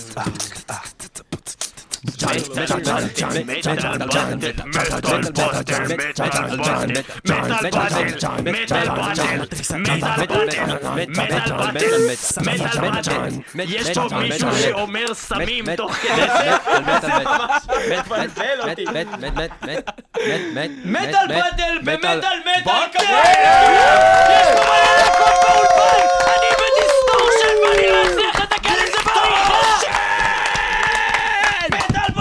יש פה מישהו שאומר סמים תוך כדי זה? מטל בטל במטל מטל כזה! יש פה מלא להקות באולפן! אני בדיסטורשן ואני לא אצליח לתקן את זה בעריכה! מטל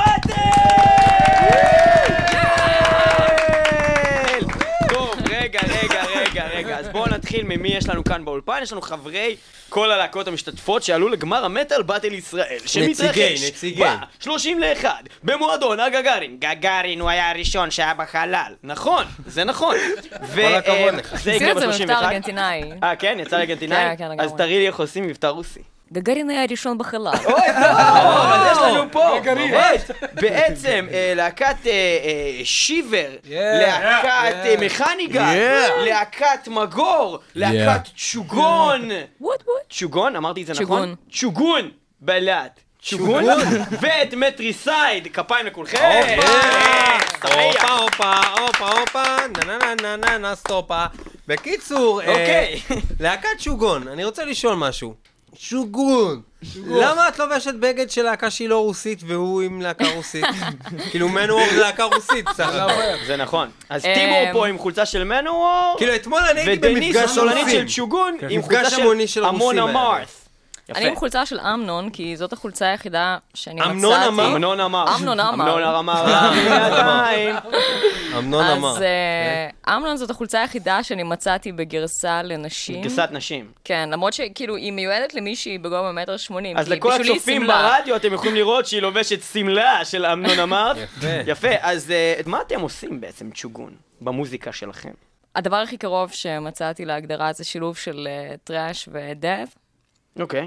בטל! טוב, רגע, אז בואו נתחיל ממי יש לנו כאן באולפן. יש לנו חברי כל הלהקות המשתתפות שעלו לגמר המטל באטל ישראל, שמתרחש ב-31 במועדון הגגארין. גגארין הוא היה הראשון שהיה בחלל. נכון, זה נכון. כל הכבוד לך. זה יקרה זה ב-31. מבטא ארגנטינאי. כן, יצא לארגנטינאי? כן, אז תראי לי איך עושים מבטא רוסי. גגארין היה הראשון בחלל. אז יש לנו פה בעצם להקת שיבר, להקת מכניגה, להקת מגור, להקת צ'וגון. צ'וגון? אמרתי את זה נכון? צ'וגון בלט. צ'וגון ואת מטריסייד. כפיים לכולכם. הופה, נה, סטופה. בקיצור, להקת שוגון, אני רוצה לשאול משהו. שוגון. למה את לובשת בגד של להקה שהיא לא רוסית והוא עם להקה רוסית? כאילו מנוור זה להקה רוסית, סך הכל. זה נכון. אז טימור פה עם חולצה של מנוור, כאילו אתמול אני הייתי ודניס במפגש הסולנית רוסים. של צ'וגון עם מפגש חולצה המוני של של הרוסים אמונה האלה. מארת'. אני עם חולצה של אמנון, כי זאת החולצה היחידה שאני מצאתי. אמנון אמר? אמנון אמר. אמנון אמר. אמנון אמר. אמנון אמר. אז אמנון זאת החולצה היחידה שאני מצאתי בגרסה לנשים. גרסת נשים. כן, למרות שכאילו היא מיועדת למישהי בגובה 1.80 מטר. אז לכל הצופים ברדיו אתם יכולים לראות שהיא לובשת סמלה של אמנון אמר. יפה. אז מה אתם עושים בעצם צ'וגון במוזיקה שלכם? הדבר הכי קרוב שמצאתי להגדרה זה שילוב של טראש ודאב. אוקיי.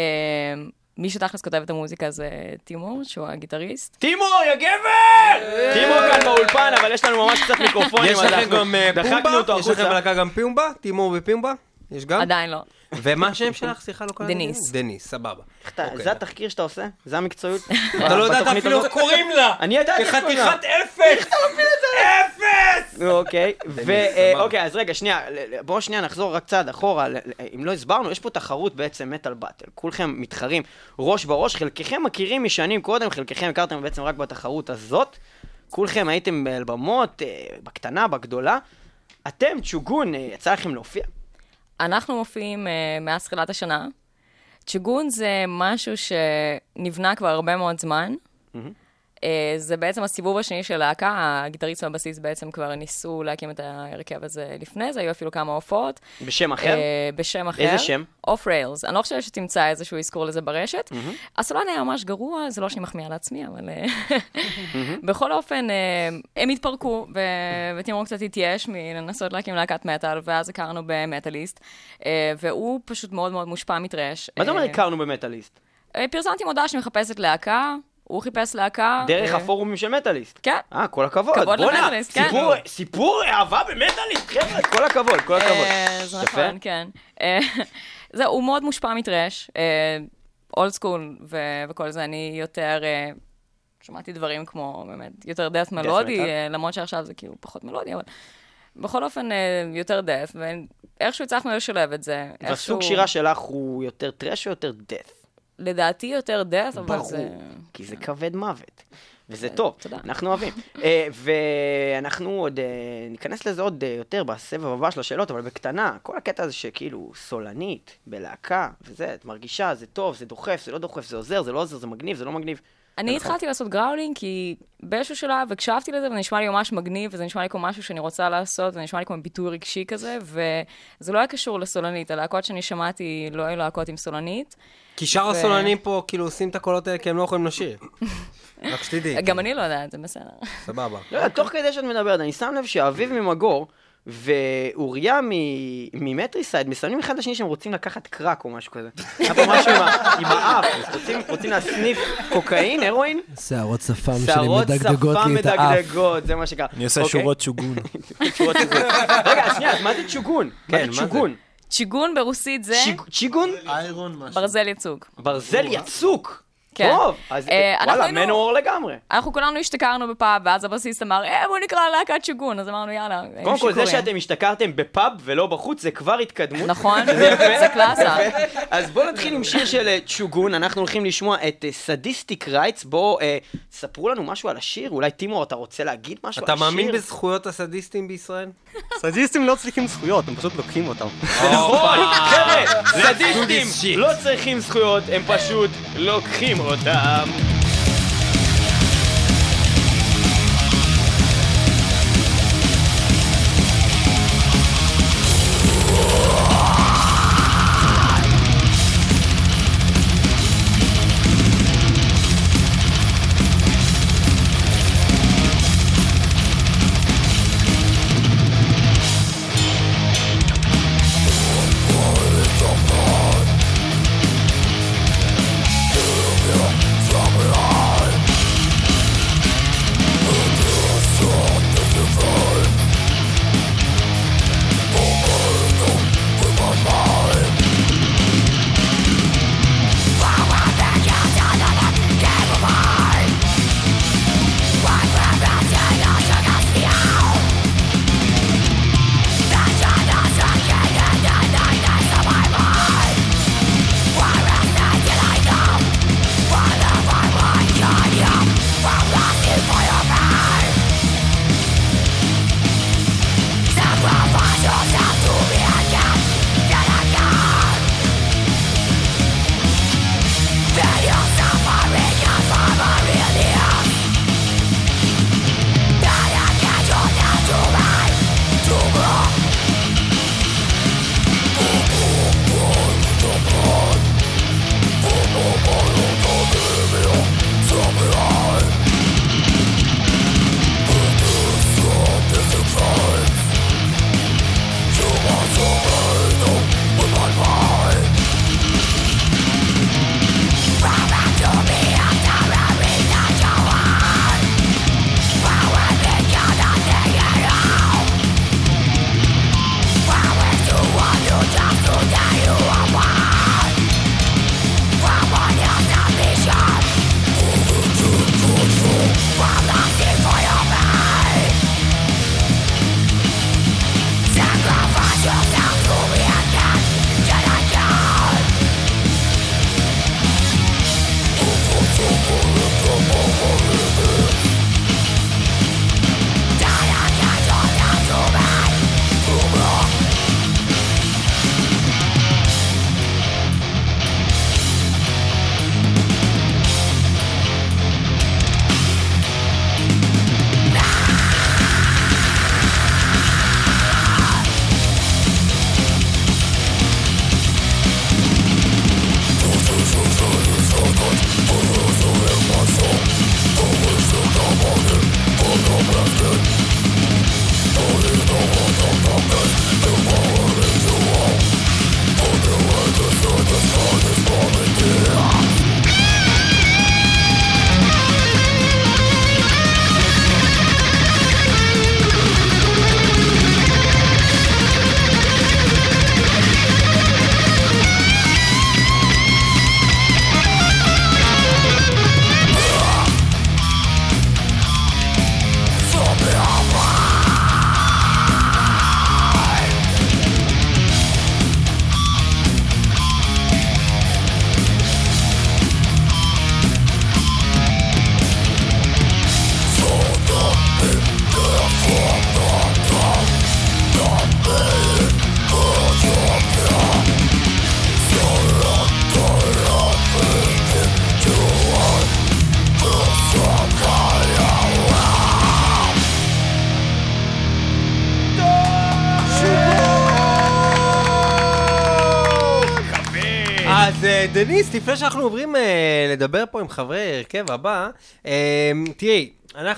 מי שתכלס כותב את המוזיקה זה טימור, שהוא הגיטריסט. טימור, יא גבר! טימור כאן באולפן, אבל יש לנו ממש קצת מיקרופונים. יש לכם גם פומבה? יש לכם החוצה. בלהקה גם פיומבה? טימור ופיומבה? יש גם? עדיין לא. ומה השם שלך? סליחה, לא קראתי. דניס. דניס, סבבה. זה התחקיר שאתה עושה? זה המקצועיות? אתה לא יודעת אפילו איך קוראים לה! אני ידעתי איך קוראים לה. כחתיכת אפס! אתה מפיל את זה! אפס! אוקיי, אוקיי, אז רגע, שנייה, בואו שנייה נחזור רק צעד אחורה. אם לא הסברנו, יש פה תחרות בעצם מטל באטל. כולכם מתחרים ראש בראש, חלקכם מכירים משנים קודם, חלקכם הכרתם בעצם רק בתחרות הזאת. כולכם הייתם באלבמות, בקטנה, בגדולה. אתם, צ'וגון, יצא לכם להופיע? אנחנו מופיעים מאז תחילת השנה. צ'וגון זה משהו שנבנה כבר הרבה מאוד זמן. זה בעצם הסיבוב השני של להקה, הגיטריסט והבסיס בעצם כבר ניסו להקים את ההרכב הזה לפני זה, היו אפילו כמה הופעות. בשם אחר? בשם אחר. איזה שם? אוף ריילס. אני לא חושבת שתמצא איזשהו אזכור לזה ברשת. הסולן היה ממש גרוע, זה לא שאני מחמיאה לעצמי, אבל בכל אופן, הם התפרקו, וטימור קצת התייאש מלנסות להקים להקת מטל, ואז הכרנו במטליסט, והוא פשוט מאוד מאוד מושפע מטרש. מה זאת אומרת הכרנו במטליסט? פרסמתי מודעה שמחפשת להקה, הוא חיפש להקה. דרך הפורומים של מטליסט? כן. כל הכבוד. כבוד למטליסט, כן. סיפור אהבה במטליסט, חבר'ה, כל הכבוד, כל הכבוד. זה נכון, כן. זהו, הוא מאוד מושפע מטרש, אולד סקול וכל זה, אני יותר, שמעתי דברים כמו, באמת, יותר דף מלודי, למרות שעכשיו זה כאילו פחות מלודי, אבל בכל אופן יותר דף, ואיכשהו הצלחנו לשלב את זה. והסוג שירה שלך הוא יותר טרש או יותר דף? לדעתי יותר דף, אבל זה... ברור, כי זה כבד מוות. וזה טוב, תודה. אנחנו אוהבים. ואנחנו עוד ניכנס לזה עוד יותר בסבב הבא של השאלות, אבל בקטנה, כל הקטע הזה שכאילו סולנית, בלהקה, וזה, את מרגישה, זה טוב, זה דוחף, זה לא דוחף, זה עוזר, זה לא עוזר, זה מגניב, זה לא מגניב. אני התחלתי לעשות גראולינג, כי באיזשהו שלב הקשבתי לזה, וזה נשמע לי ממש מגניב, וזה נשמע לי כמו משהו שאני רוצה לעשות, וזה נשמע לי כמו ביטוי רגשי כזה, וזה לא היה קשור לסולנית. הלהקות שאני שמעתי לא היו להקות עם סולנית. כי שאר הסולנים פה כאילו עושים את הקולות האלה, כי הם לא יכולים לשיר. רק שתדעי. גם אני לא יודעת, זה בסדר. סבבה. לא, תוך כדי שאת מדברת, אני שם לב שאביב ממגור, ואוריה ממטריסייד מסמנים אחד לשני שהם רוצים לקחת קרק או משהו כזה. היה פה משהו עם האף, רוצים להסניף קוקאין, הרואין? שערות שפם שלי מדגדגות לי את האף. שערות שפם מדגדגות, זה מה שקרה. אני עושה שורות צ'וגון. רגע, שנייה, אז מה זה צ'וגון? מה זה צ'וגון? צ'יגון ברוסית זה... צ'יגון? איירון משהו. ברזל יצוק. ברזל יצוק! טוב, אז וואלה, מנואר לגמרי. אנחנו כולנו השתכרנו בפאב, ואז הבסיסט אמר, בוא נקרא להקת שוגון, אז אמרנו, יאללה, קודם כל, זה שאתם השתכרתם בפאב ולא בחוץ, זה כבר התקדמות. נכון, זה קלאסה. אז בואו נתחיל עם שיר של שוגון, אנחנו הולכים לשמוע את סדיסטיק רייטס, בואו ספרו לנו משהו על השיר, אולי טימור, אתה רוצה להגיד משהו על השיר? אתה מאמין בזכויות הסדיסטים בישראל? סדיסטים לא צריכים זכויות, הם פשוט לוקחים אותם. נכון, חבר'ה, סדיסטים לא צריכים זכויות, הם פשוט לוקחים אותם. אז דניס, לפני שאנחנו עוברים לדבר פה עם חברי הרכב הבא, תראי,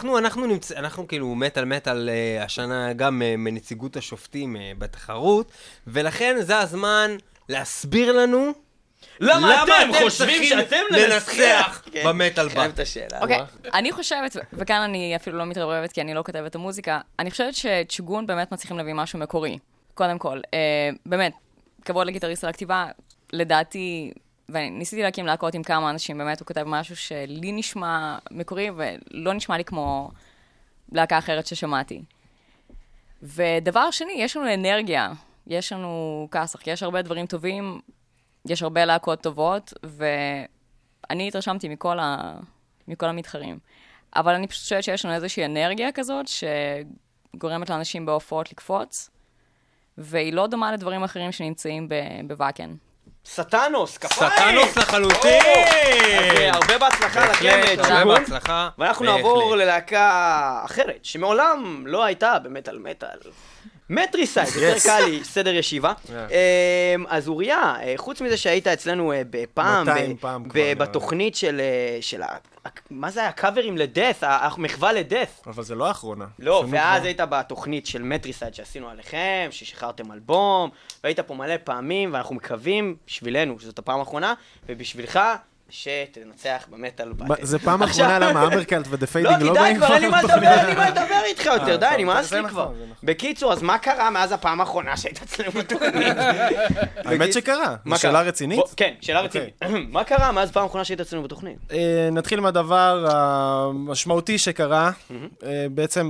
אנחנו כאילו מטל השנה גם מנציגות השופטים בתחרות, ולכן זה הזמן להסביר לנו למה אתם חושבים שאתם לנצח במטל חייב את השאלה. אוקיי, אני חושבת, וכאן אני אפילו לא מתרברבת כי אני לא כותבת את המוזיקה, אני חושבת שצ'וגון באמת מצליחים להביא משהו מקורי. קודם כל, באמת, כבוד לגיטריסט על הכתיבה, לדעתי וניסיתי להקים להקות עם כמה אנשים, באמת הוא כתב משהו שלי נשמע מקורי, ולא נשמע לי כמו להקה אחרת ששמעתי. ודבר שני, יש לנו אנרגיה, יש לנו כסח, יש הרבה דברים טובים, יש הרבה להקות טובות, ואני התרשמתי מכל המתחרים. אבל אני פשוט חושבת שיש לנו איזושהי אנרגיה כזאת, שגורמת לאנשים בהופעות לקפוץ, והיא לא דומה לדברים אחרים שנמצאים בוואקן. סטנוס, כפיים! סטנוס לחלוטין! אז הרבה בהצלחה לכם, הרבה בהצלחה. ואנחנו נעבור ללהקה אחרת, שמעולם לא הייתה במטל מטל. מטריסייד, יותר קל לי, סדר ישיבה. אז אוריה, חוץ מזה שהיית אצלנו פעם, בתוכנית של מה זה היה? קאברים לדף, המחווה לדף. אבל זה לא האחרונה. לא, ואז היית בתוכנית של מטריסייד שעשינו עליכם, ששחררתם אלבום, והיית פה מלא פעמים, ואנחנו מקווים, בשבילנו, שזאת הפעם האחרונה, ובשבילך, שתנצח במטל באטל. זה פעם האחרונה למה אמרקלט ודפיידינג לא, תדעי כבר, אין לי מה לדבר איתך יותר, די, אני מאס לי כבר. בקיצור, אז מה קרה מאז הפעם האחרונה שהיית אצלנו בתוכנית? האמת שקרה, זו שאלה רצינית? כן, שאלה רצינית. מה קרה מאז פעם האחרונה שהיית אצלנו בתוכנית? נתחיל מהדבר המשמעותי שקרה, בעצם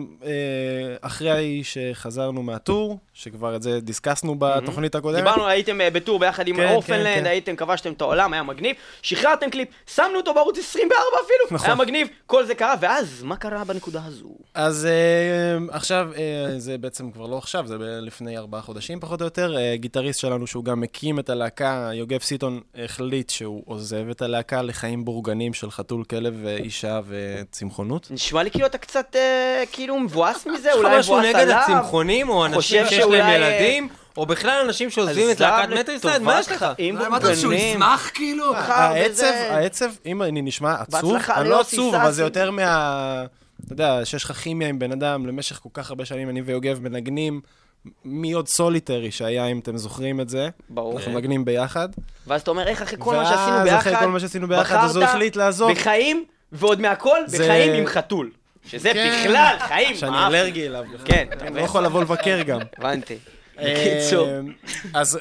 אחרי שחזרנו מהטור, שכבר את זה דיסקסנו בתוכנית הקודמת. דיברנו, הייתם בטור ביחד עם אורפנלנד, הייתם, כבשתם את העולם, היה מגניב, שחררתם קליפ, שמנו אותו בערוץ 24 אפילו, היה מגניב, כל זה קרה, ואז מה קרה בנקודה הזו? אז עכשיו, זה בעצם כבר לא עכשיו, זה לפני 4 חודשים פחות או יותר, גיטריסט שלנו שהוא גם מקים את הלהקה, יוגב סיטון החליט שהוא עוזב את הלהקה לחיים בורגנים של חתול, כלב, אישה וצמחונות. נשמע לי כאילו אתה קצת כאילו מבואס מזה, אולי מבואס עליו. נגד הצמחונים או אנשים שיש להם ילדים, או בכלל אנשים שעוזבים את להקת מטריסייד, מה יש לך? אמרת שהוא ישמח כאילו? העצב, אם אני נשמע עצוב, אני לא עצוב, אבל זה יותר אתה יודע, שיש לך כימיה עם בן אדם, למשך כל כך הרבה שנים אני ויוגב מנגנים, מי עוד סוליטרי שהיה, אם אתם זוכרים את זה. ברור. אנחנו מנגנים ביחד. ואז אתה אומר, איך אחרי כל מה שעשינו ביחד, אז הוא החליט לעזוב. בחיים, ועוד מהכל, בחיים עם חתול. שזה בכלל חיים. שאני אלרגי אליו. כן. אתה לא יכול לבוא לבקר גם. הבנתי. בקיצור. אז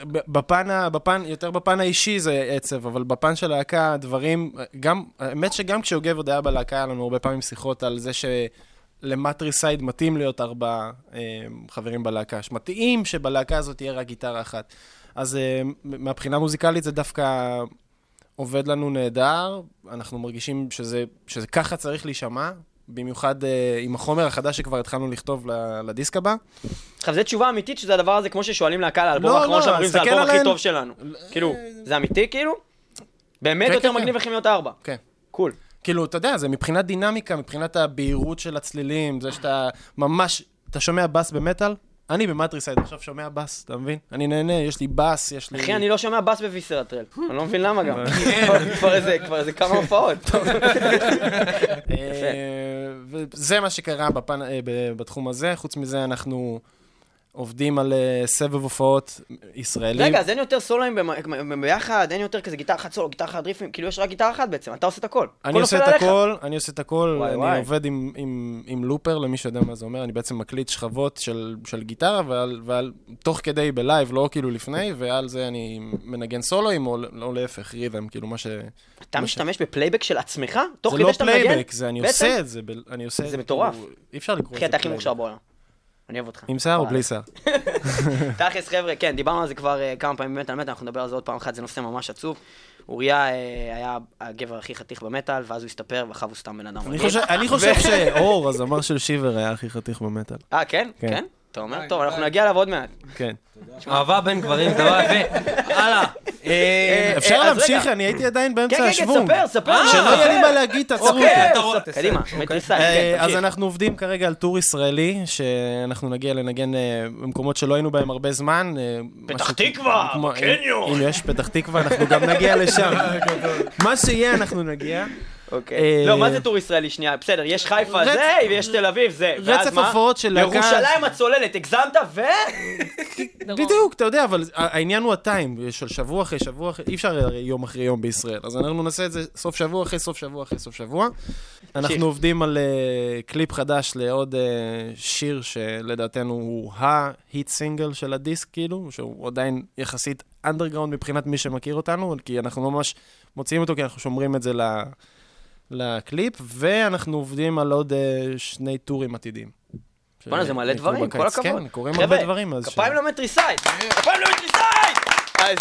יותר בפן האישי זה עצב, אבל בפן של הלהקה, דברים, האמת שגם כשיוגב עוד היה בלהקה, היה לנו הרבה פעמים שיחות על זה שלמטריסייד מתאים להיות 4 חברים בלהקה, שמתאים שבלהקה הזאת תהיה רק גיטרה אחת. אז מהבחינה מוזיקלית זה דווקא עובד לנו נהדר, אנחנו מרגישים שזה ככה צריך להישמע, במיוחד עם החומר החדש שכבר התחלנו לכתוב לדיסק הבא. עכשיו, זו תשובה אמיתית שזה הדבר הזה, כמו ששואלים להקה על האלבום האחרון שאומרים, זה האלבום הכי טוב שלנו. כאילו, זה אמיתי כאילו? באמת יותר מגניב לכם להיות 4. כן. קול. כאילו, אתה יודע, זה מבחינת דינמיקה, מבחינת הבהירות של הצלילים, זה שאתה ממש, אתה שומע בס במטל? אני במטריסייד עכשיו שומע בס, אתה מבין? אני נהנה, יש לי בס, יש לי... אחי, אני לא שומע בס בוויסרטרל. אני לא מבין למה גם. כבר איזה כמה הופעות. וזה מה שקרה בתחום הזה. חוץ מזה אנחנו עובדים על סבב הופעות ישראלים. רגע, אז אין יותר סולואים ביחד, אין יותר כזה גיטרה אחת סולו, גיטרה אחת ריפים, כאילו יש רק גיטרה אחת בעצם, אתה עושה את הכל. אני עושה את הכל, אני עובד עם לופר, למי שיודע מה זה אומר, אני בעצם מקליט שכבות של גיטרה, תוך כדי בלייב, לא כאילו לפני, ועל זה אני מנגן סולואים, או להפך, ריתם, כאילו מה ש... אתה משתמש בפלייבק של עצמך? תוך זה כדי לא שאתה מנגן? פלייבק, אני עושה את זה, זה מטורף. אי אפשר לקרוא את אחי, זה אתה הכי מוכשר בעולם. אני אוהב אותך. עם שיער או בלי שיער? תכלס חבר'ה, כן, דיברנו על זה כבר כמה פעמים במטל מטל, אנחנו נדבר על זה עוד פעם אחת, זה נושא ממש עצוב. אוריה היה הגבר הכי חתיך במטל, ואז הוא הסתפר, ואחר הוא סתם בן אדם. אני חושב שאור, הזמר של שיבר, היה הכי חתיך במטל. כן? כן? אתה אומר, טוב, אנחנו נגיע אליו עוד מעט. כן. אהבה בין גברים, דבר יפה. הלאה. אפשר להמשיך, אני הייתי עדיין באמצע השוונג. כן, ספר. שלא יהיה לי מה להגיד, תעצרו אותי. קדימה, מטריסייד, כן, אז אנחנו עובדים כרגע על טור ישראלי, שאנחנו נגיע לנגן במקומות שלא היינו בהם הרבה זמן. פתח תקווה, קניון. אם יש פתח תקווה, אנחנו גם נגיע לשם. מה שיהיה, אנחנו נגיע. אוקיי. לא, מה זה טור ישראלי? שנייה, בסדר, יש חיפה זה, ויש תל אביב זה. רצף הופעות של להקה... ירושלים הצוללת, הגזמת בדיוק, אתה יודע, אבל העניין הוא הטיים, של שבוע אחרי שבוע אחרי, אי אפשר יום אחרי יום בישראל, אז אנחנו נעשה את זה סוף שבוע אחרי סוף שבוע אחרי סוף שבוע. אנחנו עובדים על קליפ חדש לעוד שיר שלדעתנו הוא ההיט סינגל של הדיסק, כאילו, שהוא עדיין יחסית אנדרגראונד מבחינת מי שמכיר אותנו, כי אנחנו ממש מוציאים אותו, כי אנחנו שומרים את זה לקליפ, ואנחנו עובדים על עוד 2 טורים עתידים. בוא'נה, זה מלא דברים, כל הכבוד. כן, קוראים הרבה דברים. כפיים למטריסייד! כפיים למטריסייד! אז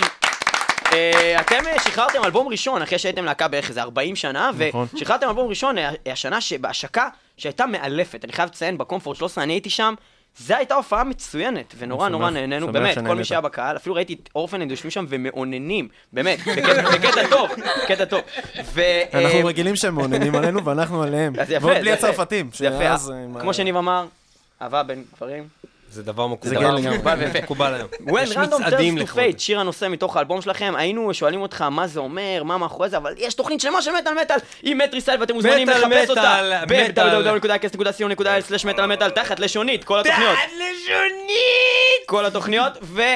אתם שחררתם אלבום ראשון, אחרי שהייתם להקה בערך איזה 40 שנה, ושחררתם אלבום ראשון, השנה בהשקה שהייתה מאלפת. אני חייב לציין, בקומפורט 13, אני הייתי שם, זו הייתה הופעה מצוינת, ונורא נורא נהנינו, באמת, כל מי שהיה בקהל, אפילו ראיתי את אורפנד יושבים שם ומעוננים, באמת, בקטע טוב, בקטע טוב. אנחנו רגילים שהם מעוננים עלינו ואנחנו עליהם. ועוד בלי הצרפתים. זה יפה, כמו שניב אמר, אהבה בין גברים. זה דבר מקובל היום. When Random Turns to Fate, שיר הנושא מתוך האלבום שלכם, היינו שואלים אותך מה זה אומר, מה מאחורי זה, אבל יש תוכנית שלמה של מטל מטל עם מטריסייד, ואתם מוזמנים לחפש אותה ב-www.kס.co.il/מטל תחת לשונית, כל התוכניות. תחת לשונית! כל התוכניות,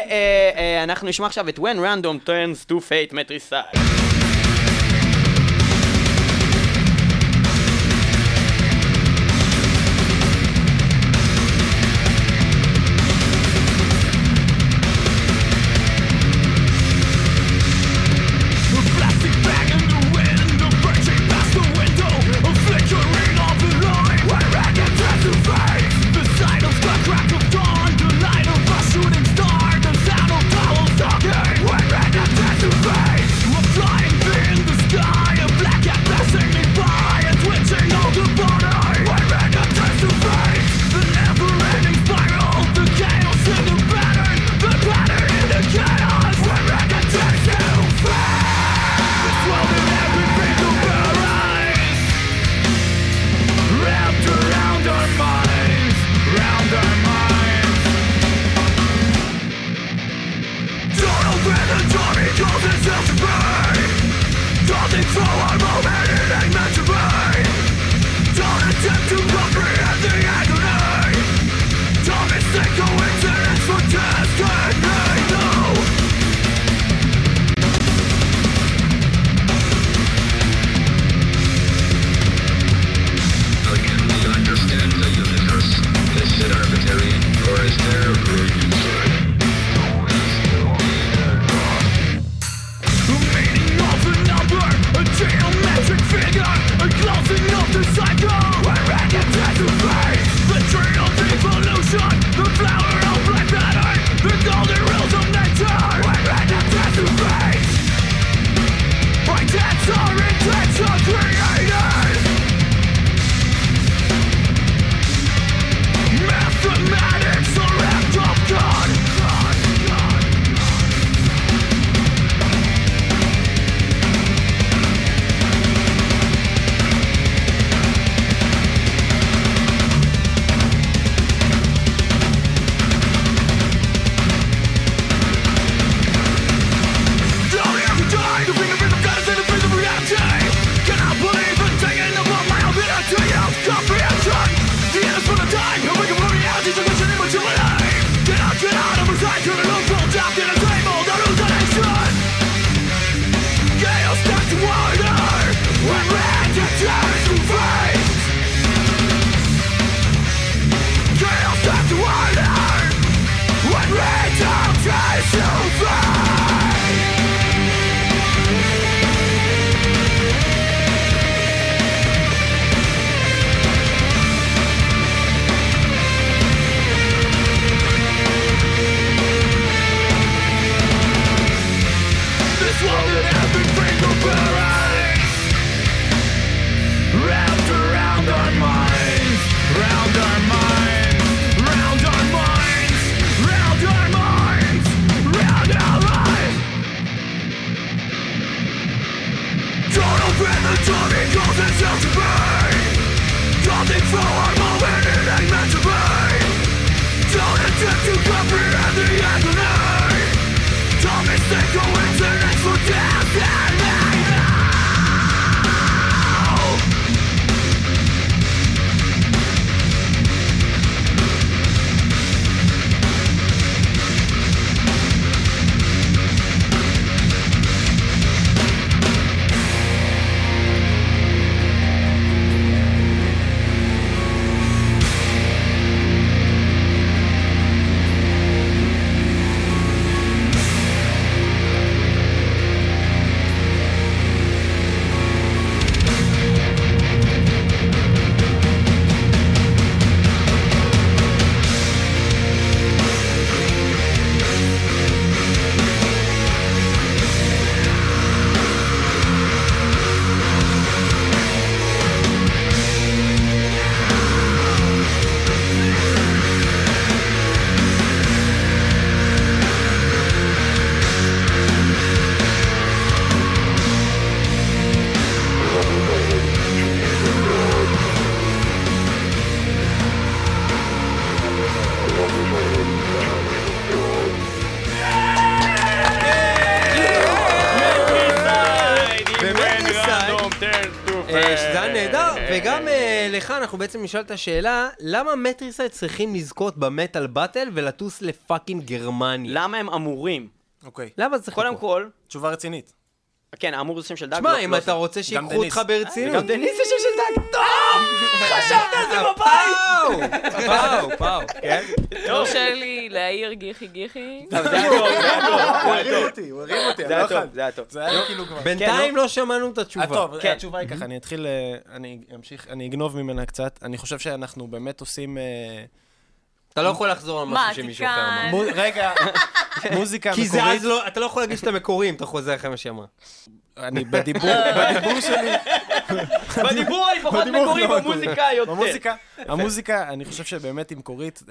ואנחנו נשמע עכשיו את When Random Turns to Fate, מטריסייד. Don't mistake coincidence for death. וגם לך אנחנו בעצם נשאל את השאלה, למה מטריסייד צריכים לזכות במטל באטל ולטוס לפאקינג גרמניה? למה הם אמורים? אוקיי. למה זה צריך קודם לקרות? כל, תשובה רצינית. כן, האמור זה שם של דג. שמע, אם אתה רוצה שיקחו דניס. אותך ברצינות. גם דניס זה שם של דג. טוב! חשבת על זה בבית! פאו, כן? תרשה לי להעיר גיחי. זה היה טוב, זה היה טוב. הוא הרים אותי, זה היה טוב, זה היה טוב. זה היה כאילו כבר. בינתיים לא שמענו את התשובה. טוב, כן. התשובה היא ככה, אני אתחיל, אני אמשיך, אני אגנוב ממנה קצת. אני חושב שאנחנו באמת עושים... אתה לא יכול לחזור על משהו שמישהו אחר אמר. רגע, מוזיקה כי זה מקורית. אז לא, אתה לא יכול להגיש את המקורים, אתה חוזר אחרי מה שאמרה. אני בדיבור שלי. בדיבור אני פחות מקורי, במוזיקה יותר. במוזיקה, המוזיקה, אני חושב שבאמת עם קורית,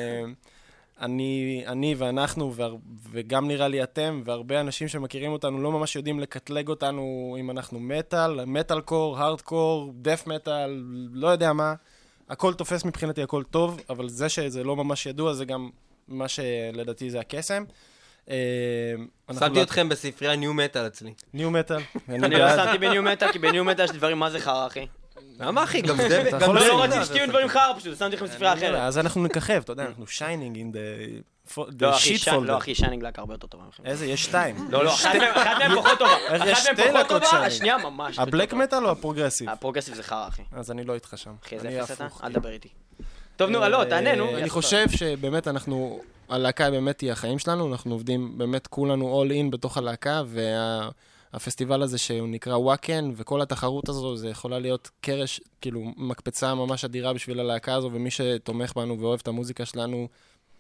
אני ואנחנו, וגם נראה לי אתם, והרבה אנשים שמכירים אותנו, לא ממש יודעים לקטלג אותנו אם אנחנו מטל קור, הארד קור, דף מטל, לא יודע מה. הכל תופס מבחינתי, הכל טוב, אבל זה שזה לא ממש ידוע, זה גם מה שלדעתי זה הקסם. שמתי אתכם בספרייה ניו מטל אצלי. ניו מטל. אני לא שמתי בניו מטל, כי בניו מטל יש דברים מה זה חרא, אחי. למה אחי? גם זה... יכול לא לשים. רציתי שתהיו דברים חרא פשוט, שמתי לכם בספרייה אחרת. אז אנחנו נככב, אתה יודע, אנחנו שיינינג in the לא, shit לא, folder. אחי, שיינינג לק הרבה יותר טובה. איזה? יש 2. לא, אחת מהם פחות טובה. יש אחת שתי מהם פחות להקות טובה, שיינינג. השנייה ממש. הבלק מטל או הפרוגרסיב? הפרוגרסיב זה חרא, אחי. אז אני לא איתך שם. אחי, איזה אני אפס אתה? הפוך. אל תדבר איתי. טוב, נו, לא, תענה, נו. אני חושב שבאמת אנחנו, הלהקה באמת היא החיים שלנו, אנחנו עובדים באמת כולנו all in בתוך הלהקה, והפסטיבל הזה שהוא נקרא וואקן, וכל התחרות הזו, זה יכולה להיות קרש, כאילו מקפצה ממש אדירה בשביל הלהקה הזו, ומי שתומך בנו ואוהב את המוזיקה שלנו,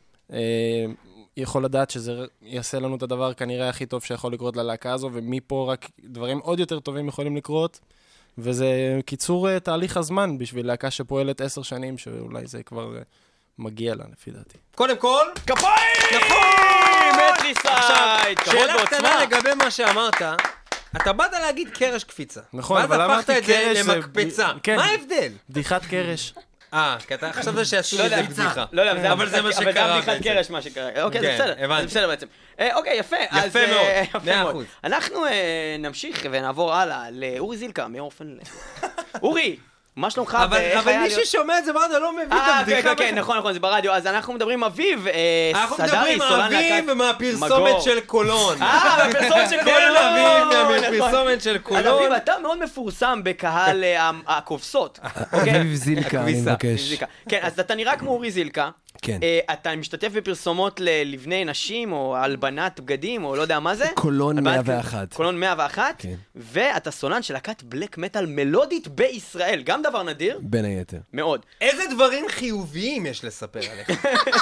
יכול לדעת שזה יעשה לנו את הדבר כנראה הכי טוב שיכול לקרות ללהקה הזו, ומפה רק דברים עוד יותר טובים יכולים לקרות, וזה קיצור תהליך הזמן בשביל להקה שפועלת 10 שנים, שאולי זה כבר מגיע לה, לפי דעתי. קודם כל... כפיים! מטריסייד! כבוד שאלה ועוצמה. קטנה לגבי מה שאמרת, אתה באת להגיד קרש קפיצה. נכון, אבל ואז הפכת אמרתי את זה קרש זה- למקפצה. כן. מה ההבדל? בדיחת קרש. כי אתה חשבת שעשו לזה בדיחה. לא, אבל זה מה אבל זה שקרה הבדיחת בעצם. קרש מה שקרה. אוקיי, זה כן, בסדר. הבנתי. זה בסדר בעצם. אוקיי, יפה. אז, יפה מאוד, יפה מאוד. 100%. אנחנו נמשיך ונעבור הלאה לאורי זילקה, מאורפן. אורי, מה שלומך? אבל מי ששומע את זה ברדיו לא מבין את הבדיחה. כן, נכון, זה ברדיו. אז אנחנו מדברים אביב, אנחנו סדרי, מדברים סולן אביב להקת ומהפרסומת מגור. של קולון. מהפרסומת של כן, קולון. אביב נכון. מהפרסומת של אז קולון. אביב, אתה מאוד מפורסם בקהל הכובסות. אביב זילקה, אני הכביסה. מבקש. זילקה. כן, אז אתה נראה כמו אורי זילקה. כן. אתה משתתף בפרסומות ללבני נשים, או הלבנת בגדים, או לא יודע מה זה. קולון הלבנת- 101. קולון 101. כן. ואתה סולן של להקת בלק מטל מלודית בישראל. גם דבר נדיר. בין היתר. מאוד. איזה דברים חיוביים יש לספר עליך?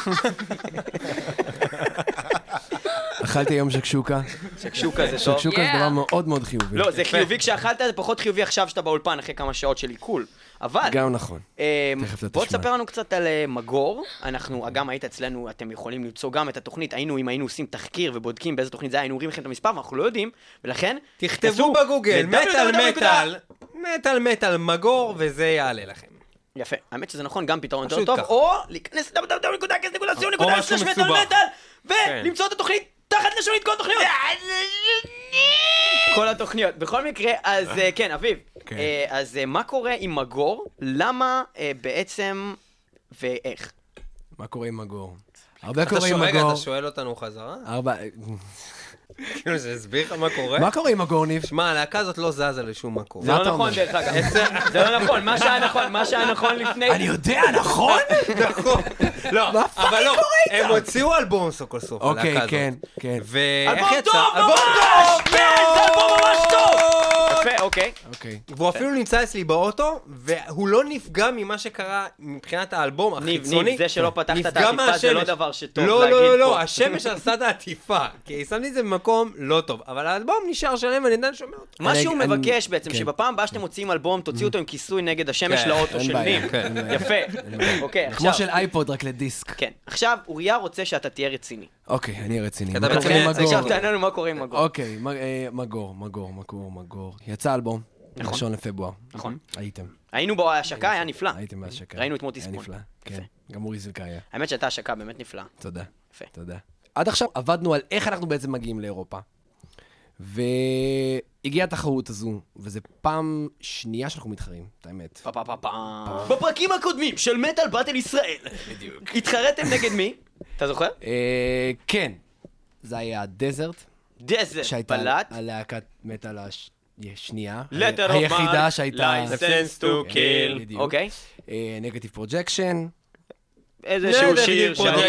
אכלתי היום שקשוקה. שקשוקה זה טוב. שקשוקה זה דבר מאוד מאוד חיובי. לא, זה חיובי כשאכלת, זה פחות חיובי עכשיו שאתה באולפן, אחרי כמה שעות של עיכול. אבל... גם נכון. תכף אתה בוא תשמע. תספר לנו קצת על מגור. אנחנו, גם היית אצלנו, אתם יכולים למצוא גם את התוכנית. אם היינו עושים תחקיר ובודקים באיזה תוכנית זה, היינו אומרים לכם את המספר, ואנחנו לא יודעים, ולכן... תכתבו בגוגל, מטל מגור, וזה יעלה לכם. יפה, האמת שזה נכון, גם פתרון יותר פשוט טוב, ככה. או להיכנס או משהו מסובך. ולמצוא את התוכנית תחת לשונית כל התוכניות. כל התוכניות. בכל מקרה, אז כן, אביב, אז מה קורה עם מגור? למה בעצם ואיך? מה קורה עם מגור? הרבה אתה קורה עם רגע, מגור. אתה שואל אותנו חזרה? ארבע... כאילו, שהסביר לך מה קורה? מה קורה עם מגור, ניב? שמע, הלהקה הזאת לא זזה לשום מקום. זה מה לא אתה נכון אומר? דרך אגב. זה לא נכון, מה שהיה נכון לפני... אני יודע, נכון? נכון. לא, מה אבל פאקינג לא, קורה הם הוציאו אלבום סוף כל סוף, אוקיי, הלהקה הזאת. כן, כן. ואיך אלבום יצא? טוב ממש! כן, זה אלבום ממש טוב! יפה, אוקיי. אוקיי. והוא אפילו נמצא אצלי באוטו, והוא לא נפגע ממה שקרה מבחינת האלבום החיצוני. ניב, זה שלא פתחת את נפגע העטיפה זה לא מהשמש. דבר שטוב לא, להגיד לא, פה. לא, השמש עשה את העטיפה, כי שמתי את זה במקום לא טוב, אבל האלבום נשאר שלם ואני עדיין שומע אותו. מה שהוא אני- מבקש בעצם, כן. שבפעם הבאה שאתם מוציאים אלבום, תוציאו אותו עם כיסוי נגד השמש כן, לאוטו אין של בעיה, ניב. אין בעיה. יפה. אוקיי, כמו עכשיו... של אייפוד, רק לדיסק. כן. עכשיו, אוריה רוצה שאתה תהיה רציני. אוקיי, אני רציני. אתה מה בעצם קורה עם מייצג מגור? עכשיו תענה לנו מה קורה עם מגור. אוקיי, מגור. יצא אלבום, 1 לפברואר. נכון. הייתם. היינו בהשקה, היה נפלא. הייתם בהשקה. ראינו את מוטי היה ספון. נפלא, יפה. כן. גם אורי זילקה היה. האמת שהייתה השקה באמת נפלאה. תודה. יפה. תודה. עד עכשיו עבדנו על איך אנחנו בעצם מגיעים לאירופה. והגיעה התחרות הזו, וזו פעם שנייה שאנחנו מתחרים, את האמת. בפרקים הקודמים של מטל באטל ישראל, התחרתם נגד מי? אתה זוכר? כן, זה היה דזרט. דזרט, שהייתה בלט. הלהקת מטל השנייה. Letter of היחידה mark, שהייתה... license to kill. בדיוק. אוקיי. נגטיב פרוג'קשן. איזשהו שיר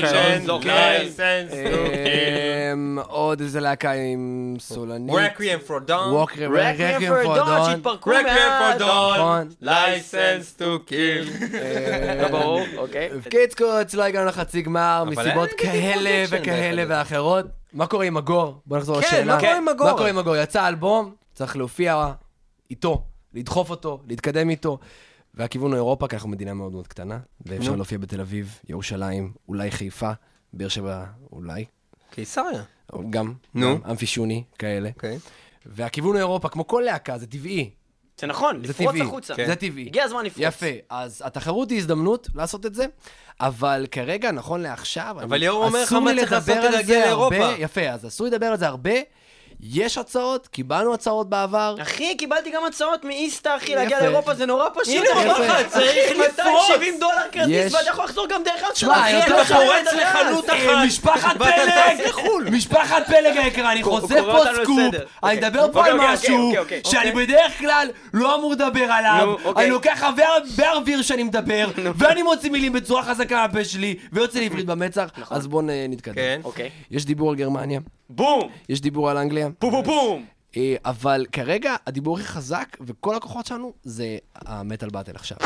עוד איזה להקה עם סולנית. Requiem for Dawn. Requiem for Dawn, שהתפרקו Requiem for נכון. Dawn. License to kill. לא ברור, אוקיי. קיצקוץ, לא הגענו לחצי גמר, מסיבות היה כאלה נגטיב וכאלה פרוג'קשן ואחרות. מה קורה עם מגור? בוא נחזור כן, לשאלה. מה קורה עם מגור? מה קורה עם מגור? יצא אלבום, צריך להופיע איתו, לדחוף אותו, להתקדם איתו. והכיוון הוא אירופה, כי אנחנו מדינה מאוד מאוד קטנה, ואפשר להופיע בתל אביב, ירושלים, אולי חיפה, באר שבע, אולי. קיסריה. גם, נו. אמפי שוני, כאלה. אוקיי. והכיוון הוא אירופה, כמו כל להקה, זה טבעי. זה נכון, זה לפרוץ טבעי. החוצה. זה טבעי. הגיע הזמן לפרוץ. יפה, אז התחרות היא הזדמנות לעשות את זה, אבל כרגע, נכון לעכשיו, אבל ליאור אומר לך אסור מה לי צריך לעשות לדבר כדי על להגיע זה לאירופה. הרבה. יפה, אז אסור לדבר על זה הרבה. יש הצעות, קיבלנו הצעות בעבר. אחי, קיבלתי גם הצעות מאיסטה, אחי, יפה. להגיע לאירופה, זה נורא פשוט. הנה, הוא אמר לך, צריך לפרוץ. $270 כרטיס, יש. ואתה יכול לחזור גם דרך תשמע, אחי, יותר אתה פורץ חייב לחנות לדעת. אחת. משפחת ואתה פלג! טס לחו"ל. משפחת פלג היקרה, אני חושף קורא פה אותנו סקופ, לסדר. אני אוקיי. אדבר פה אוקיי, על אוקיי, משהו אוקיי, שאני אוקיי. בדרך כלל לא אמור לדבר עליו, נו, אוקיי. אני לוקח הרבה אוויר שאני מדבר, ואני מוציא מילים בצורה חזקה מהפה שלי, ויוצא לי עברית במצח, אז בואו נתקדם. כן. אוקיי. יש דיבור על גרמניה, בום! יש דיבור על אנגליה, בום בום בום! אבל כרגע הדיבור הכי חזק, וכל הכוחות שלנו, זה המטל באטל עכשיו.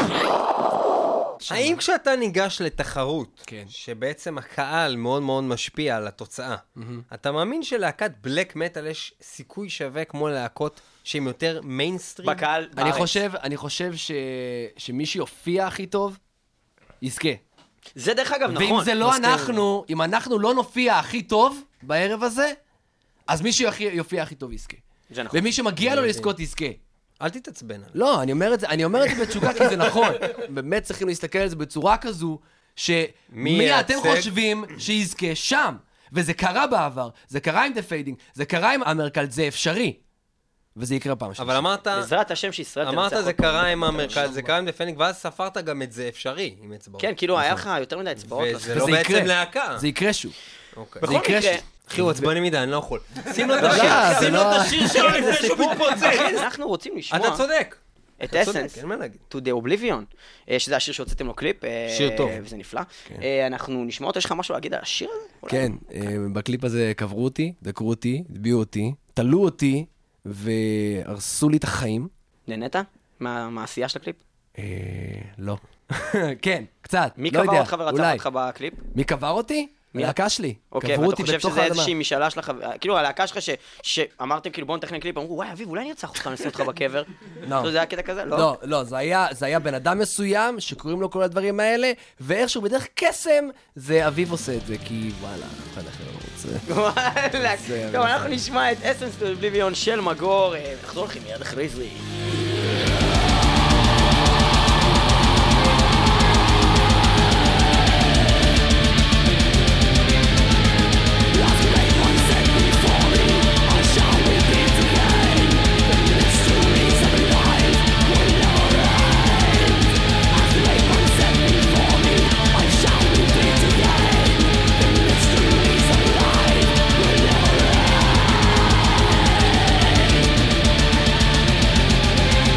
האם כשאתה ניגש לתחרות, כן. שבעצם הקהל מאוד מאוד משפיע על התוצאה, אתה מאמין שלהקת בלק מטל יש סיכוי שווה כמו להקות שהן יותר מיינסטרים? בקהל בארץ. אני חושב שמי שיופיע הכי טוב, יזכה. זה דרך אגב נכון. ואם זה לא אנחנו, אם אנחנו לא נופיע הכי טוב בערב הזה, אז מי שיופיע הכי טוב יזכה. זה נכון. ומי שמגיע לו לזכות יזכה. אל תתעצבן. לא, אני אומר את זה בתשוקה כי זה נכון. באמת צריכים להסתכל על זה בצורה כזו, שמי אתם ייצג? חושבים שיזכה שם. וזה קרה בעבר, זה קרה עם The Fading, זה קרה עם המרכז, זה אפשרי. וזה יקרה פעם שלישית. אבל אמרת, בעזרת השם שישראל תנצח. אמרת זה עוד קרה עם המרכז, זה קרה עם דפניק, ואז ספרת גם את זה אפשרי עם אצבעות. כן, כאילו היה לך יותר מדי אצבעות. וזה לעשות. לא וזה בעצם יקרה. להקה. זה יקרה שוב. אוקיי. זה יקרה מקרה, שוב. אחי, הוא עצבני מדי, אני לא יכול. שים לו את לא, השיר, זה שים לו לא- את השיר שלו לפני שהוא מתפוצץ. אנחנו רוצים לשמוע אתה צודק. את אתה צודק, אסנס, אין מה להגיד. To the Oblivion, שזה השיר שהוצאתם לו קליפ. שיר טוב. וזה נפלא. אנחנו נשמע אותו, יש לך משהו להגיד על השיר הזה? אולי? כן, בקליפ הזה קברו אותי, דקרו אותי, הדביעו אותי, תלו אותי והרסו לי את החיים. נהנית מהעשייה של הקליפ? לא. כן, קצת, מי לא יודע, קבר אותך ורצח אולי. אותך בקליפ? מי קבר אותי? הלהקה שלי. אוקיי, קברו ואתה אותי חושב בתוך שזה האדמה. איזושהי משאלה שלך, כאילו הלהקה שלך שאמרתם כאילו בוא נתכנן קליפ, אמרו וואי אביב אולי אני ארצח אותך, נשים אותך בקבר. לא. זה היה קטע כזה? לא. לא, זה היה בן אדם מסוים שקוראים לו כל הדברים האלה, ואיכשהו בדרך קסם, זה אביב עושה את זה, כי וואלה, אף אחד אחר לא רוצה. וואלה. זה טוב, אנחנו נשמע את Essence to Oblivion של מגור, נחזור לכם מיד אחרי זה. Alive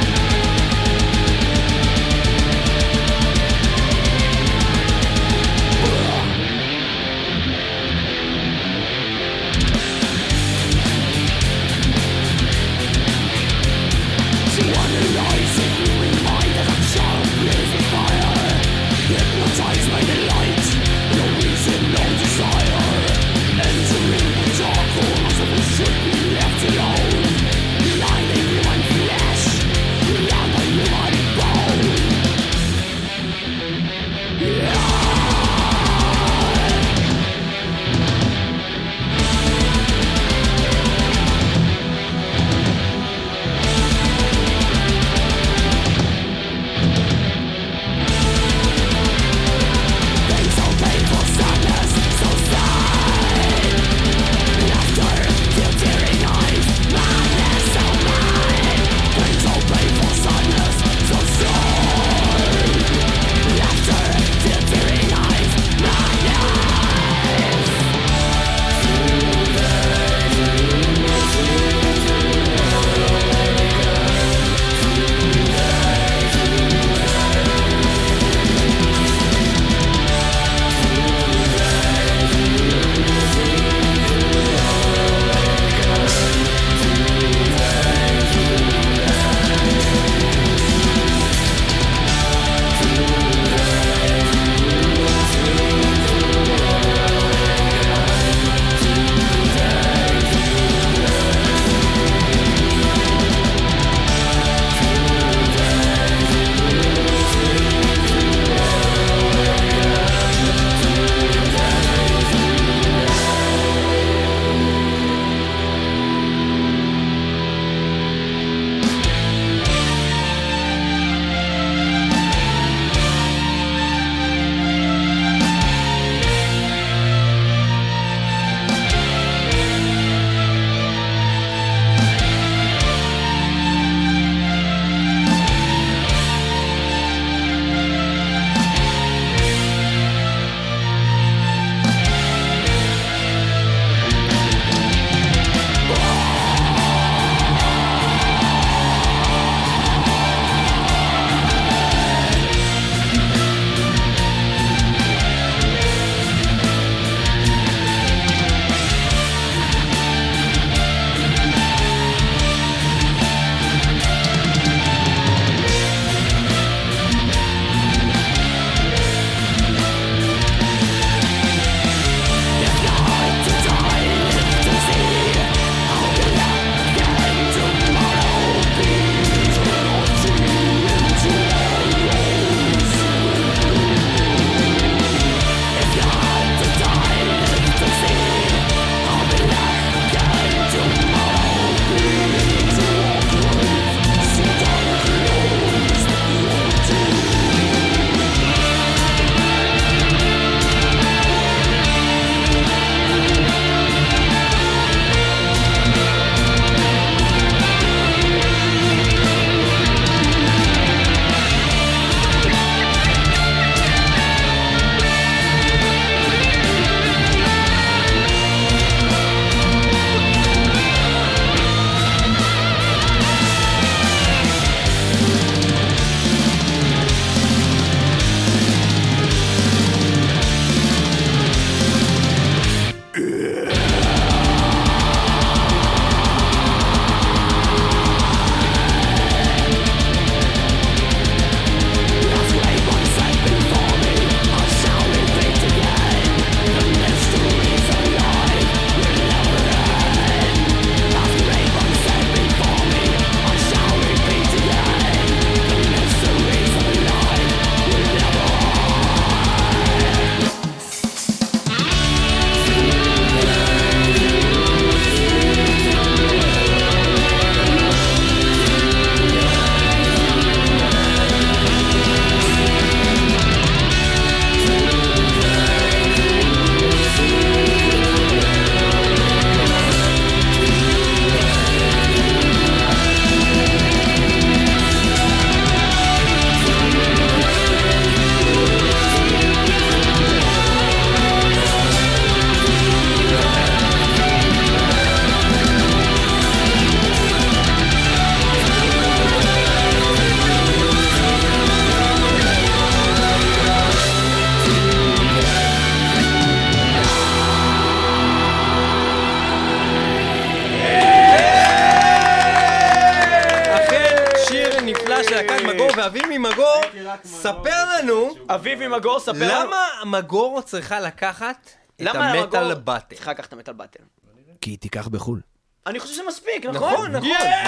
ואביב ממגור, ספר לנו, אביב ממגור, ספר לנו. למה מגור צריכה לקחת את המטל באטל? צריכה לקחת את המטל באטל. כי היא תיקח בחול. אני חושב שזה מספיק, נכון? נכון.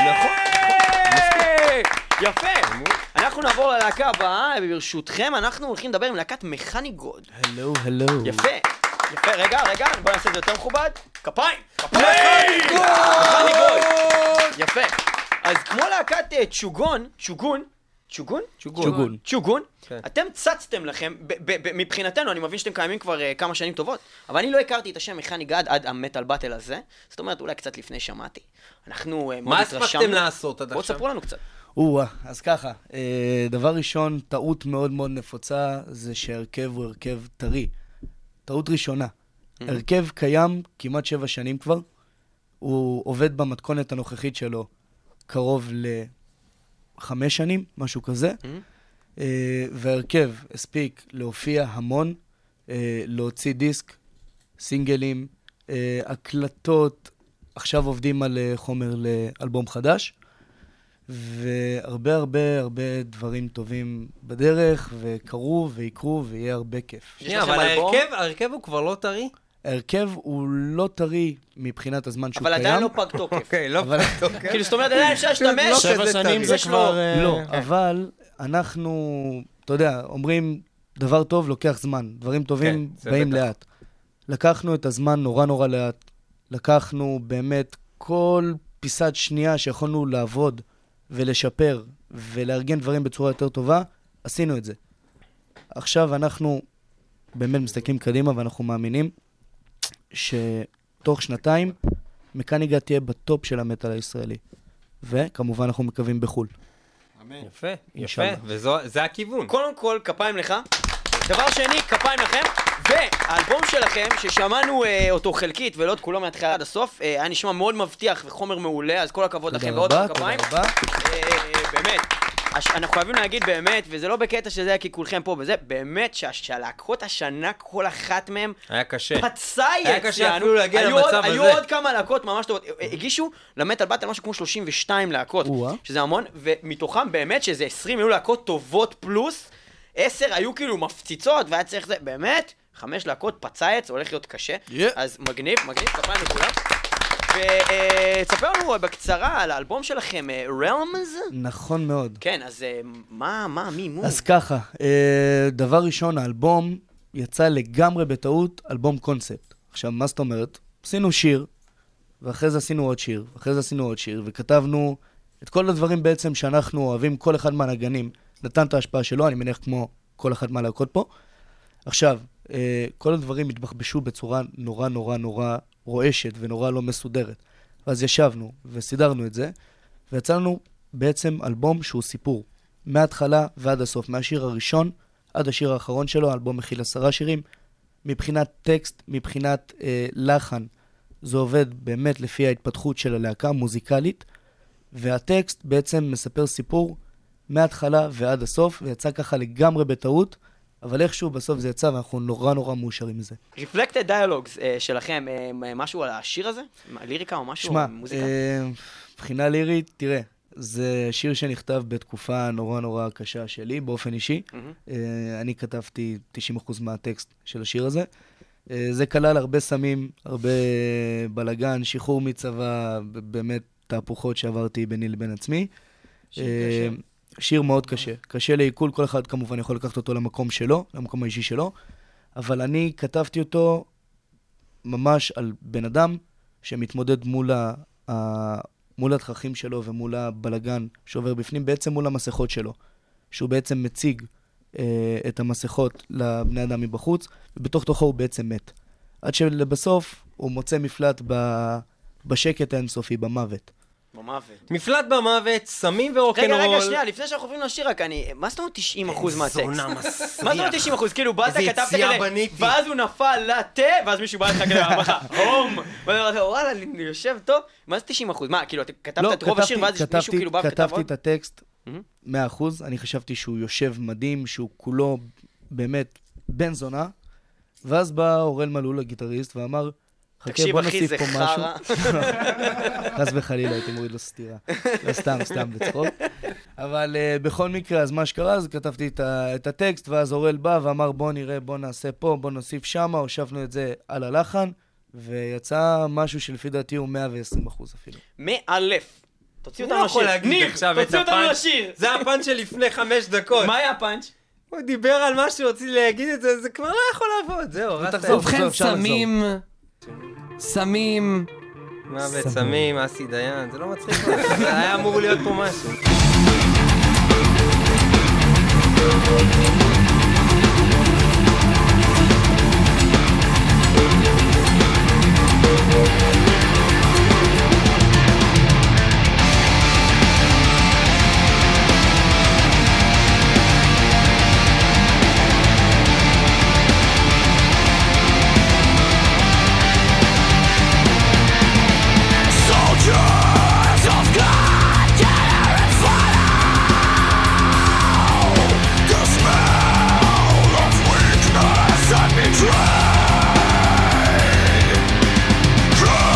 יפה. אנחנו נעבור ללהקה הבאה, וברשותכם אנחנו הולכים לדבר עם להקת מכני גוד. הלו. יפה. יפה, רגע, בוא נעשה את זה יותר מכובד. כפיים! מכני גוד! יפה. אז כמו להקת צ'וגון, אתם צצתם לכם, מבחינתנו, אני מבין שאתם קיימים כבר כמה שנים טובות, אבל אני לא הכרתי את השם מכני גוד עד המטל באטל הזה, זאת אומרת, אולי קצת לפני שמעתי. אנחנו מה הספקתם לעשות עד בואו עכשיו? תספרו לנו קצת. אז ככה, דבר ראשון, טעות מאוד מאוד נפוצה, זה שהרכב הוא הרכב טרי. טעות ראשונה. הרכב קיים כמעט 7 שנים כבר, הוא עובד במתכונת הנוכחית שלו קרוב ל5 שנים, משהו כזה, והרכב הספיק להופיע המון, להוציא דיסק, סינגלים, הקלטות, עכשיו עובדים על חומר לאלבום חדש, והרבה הרבה הרבה דברים טובים בדרך, וקרו ויקרו, ויהיה הרבה כיף. שנייה, אבל ההרכב הוא כבר לא טרי? ההרכב הוא לא טרי מבחינת הזמן שהוא אבל קיים. עדיין לא פג תוקף. אוקיי, לא פג תוקף. כאילו, זאת אומרת, עדיין אפשר להשתמש. 7 שנים זה כבר... לא, אבל אנחנו, אתה יודע, אומרים, דבר טוב לוקח זמן, דברים טובים באים לאט. לקחנו את הזמן נורא נורא לאט, לקחנו באמת כל פיסת שנייה שיכולנו לעבוד ולשפר ולארגן דברים בצורה יותר טובה, עשינו את זה. עכשיו אנחנו באמת מסתכלים קדימה ואנחנו מאמינים שתוך 2 מכני גוד תהיה בטופ של המטל הישראלי. וכמובן אנחנו מקווים בחול. יפה, וזה הכיוון. קודם כל, כפיים לך. דבר שני, כפיים לכם. והאלבום שלכם, ששמענו אותו חלקית ולא את כולו מהתחילה עד הסוף, היה נשמע מאוד מבטיח וחומר מעולה, אז כל הכבוד לכם ועוד כפיים. תודה רבה. באמת. אנחנו חייבים להגיד באמת, וזה לא בקטע שזה היה כי כולכם פה וזה, באמת שהלהקות השנה, כל אחת מהם היה קשה. פצע היה קשה אפילו להגיע למצב הזה. היו עוד כמה להקות ממש טובות. הגישו למטל באטל משהו כמו 32 להקות, שזה המון, ומתוכם באמת שזה 20 היו להקות טובות פלוס, 10 היו כאילו מפציצות, והיה צריך זה, באמת, 5 להקות פצייץ, הולך להיות קשה. אז מגניב, כפיים לכולם. ותספר לנו בקצרה על האלבום שלכם, Realms? נכון מאוד. כן, אז מי? אז ככה, דבר ראשון, האלבום יצא לגמרי בטעות, אלבום קונספט. עכשיו, מה זאת אומרת? עשינו שיר, ואחרי זה עשינו עוד שיר, ואחרי זה עשינו עוד שיר, וכתבנו את כל הדברים בעצם שאנחנו אוהבים, כל אחד מהנגנים נתן את ההשפעה שלו, אני מניח כמו כל אחד מהלהקות פה. עכשיו, כל הדברים התבחבשו בצורה נורא נורא נורא רועשת ונורא לא מסודרת. ואז ישבנו וסידרנו את זה, ויצא לנו בעצם אלבום שהוא סיפור. מההתחלה ועד הסוף, מהשיר הראשון עד השיר האחרון שלו, האלבום מכיל 10 שירים. מבחינת טקסט, מבחינת לחן, זה עובד באמת לפי ההתפתחות של הלהקה מוזיקלית, והטקסט בעצם מספר סיפור מההתחלה ועד הסוף, ויצא ככה לגמרי בטעות, אבל איכשהו בסוף זה יצא, ואנחנו נורא נורא מאושרים מזה. Reflected Dialogues שלכם, משהו על השיר הזה? ליריקה או משהו? שמה, מוזיקה? מבחינה לירית, תראה, זה שיר שנכתב בתקופה נורא נורא קשה שלי, באופן אישי. אני כתבתי 90% מהטקסט של השיר הזה. זה כלל הרבה סמים, הרבה בלגן, שחרור מצבא, באמת תהפוכות שעברתי ביני לבין עצמי. שיר מאוד קשה. קשה לעיכול, כל אחד כמובן יכול לקחת אותו למקום שלו, למקום האישי שלו, אבל אני כתבתי אותו ממש על בן אדם שמתמודד מול התככים שלו ומול הבלגן שעובר בפנים, בעצם מול המסכות שלו, שהוא בעצם מציג את המסכות לבני אדם מבחוץ, ובתוך תוכו הוא בעצם מת. עד שלבסוף הוא מוצא מפלט בשקט האינסופי, במוות. במוות. מפלט במוות, סמים ורוקנרול. רגע, שנייה, לפני שאנחנו עוברים לשיר, רק מה זאת אומרת 90% מהטקסט? זונה מסריח. מה זאת אומרת 90%? כאילו, באת, איזה כתבת יציאה כזה, בניתי. ואז הוא נפל לתה, ואז מישהו בא לך כזה, אמר לך, הום! ואני אומר, וואלה, אני יושב טוב. מה זה 90%? מה, כאילו, כתבת את רוב השיר, ואז מישהו כאילו בא וכתב כתבתי עוד? את הטקסט 100%, אני חשבתי שהוא יושב מדהים, שהוא כולו באמת בן זונה, ואז בא אורל מלול, הגיטריסט, ואמר, חכה, בוא נוסיף פה משהו. חס וחלילה, הייתי מוריד לו סתירה. לא סתם בצחוק. אבל בכל מקרה, אז מה שקרה, אז כתבתי את הטקסט, ואז אורל בא ואמר, בוא נראה, בוא נעשה פה, בוא נוסיף שמה, הושבנו את זה על הלחן, ויצא משהו שלפי דעתי הוא 120% אפילו. מאלף. תוציא אותנו לא לשיר. יכול להגיד ניב, עכשיו את תוציא אותנו הפאנץ'. לשיר. זה הפאנץ' שלפני 5 דקות. מה היה הפאנץ'? הוא דיבר על מה שרציתי להגיד את זה, זה כבר לא יכול לעבוד, זהו, תחזור. ובכן, אפשר לחזור. סמים. מוות, סמים, אסי דיין, זה לא מצחיק. זה היה אמור להיות פה משהו. Try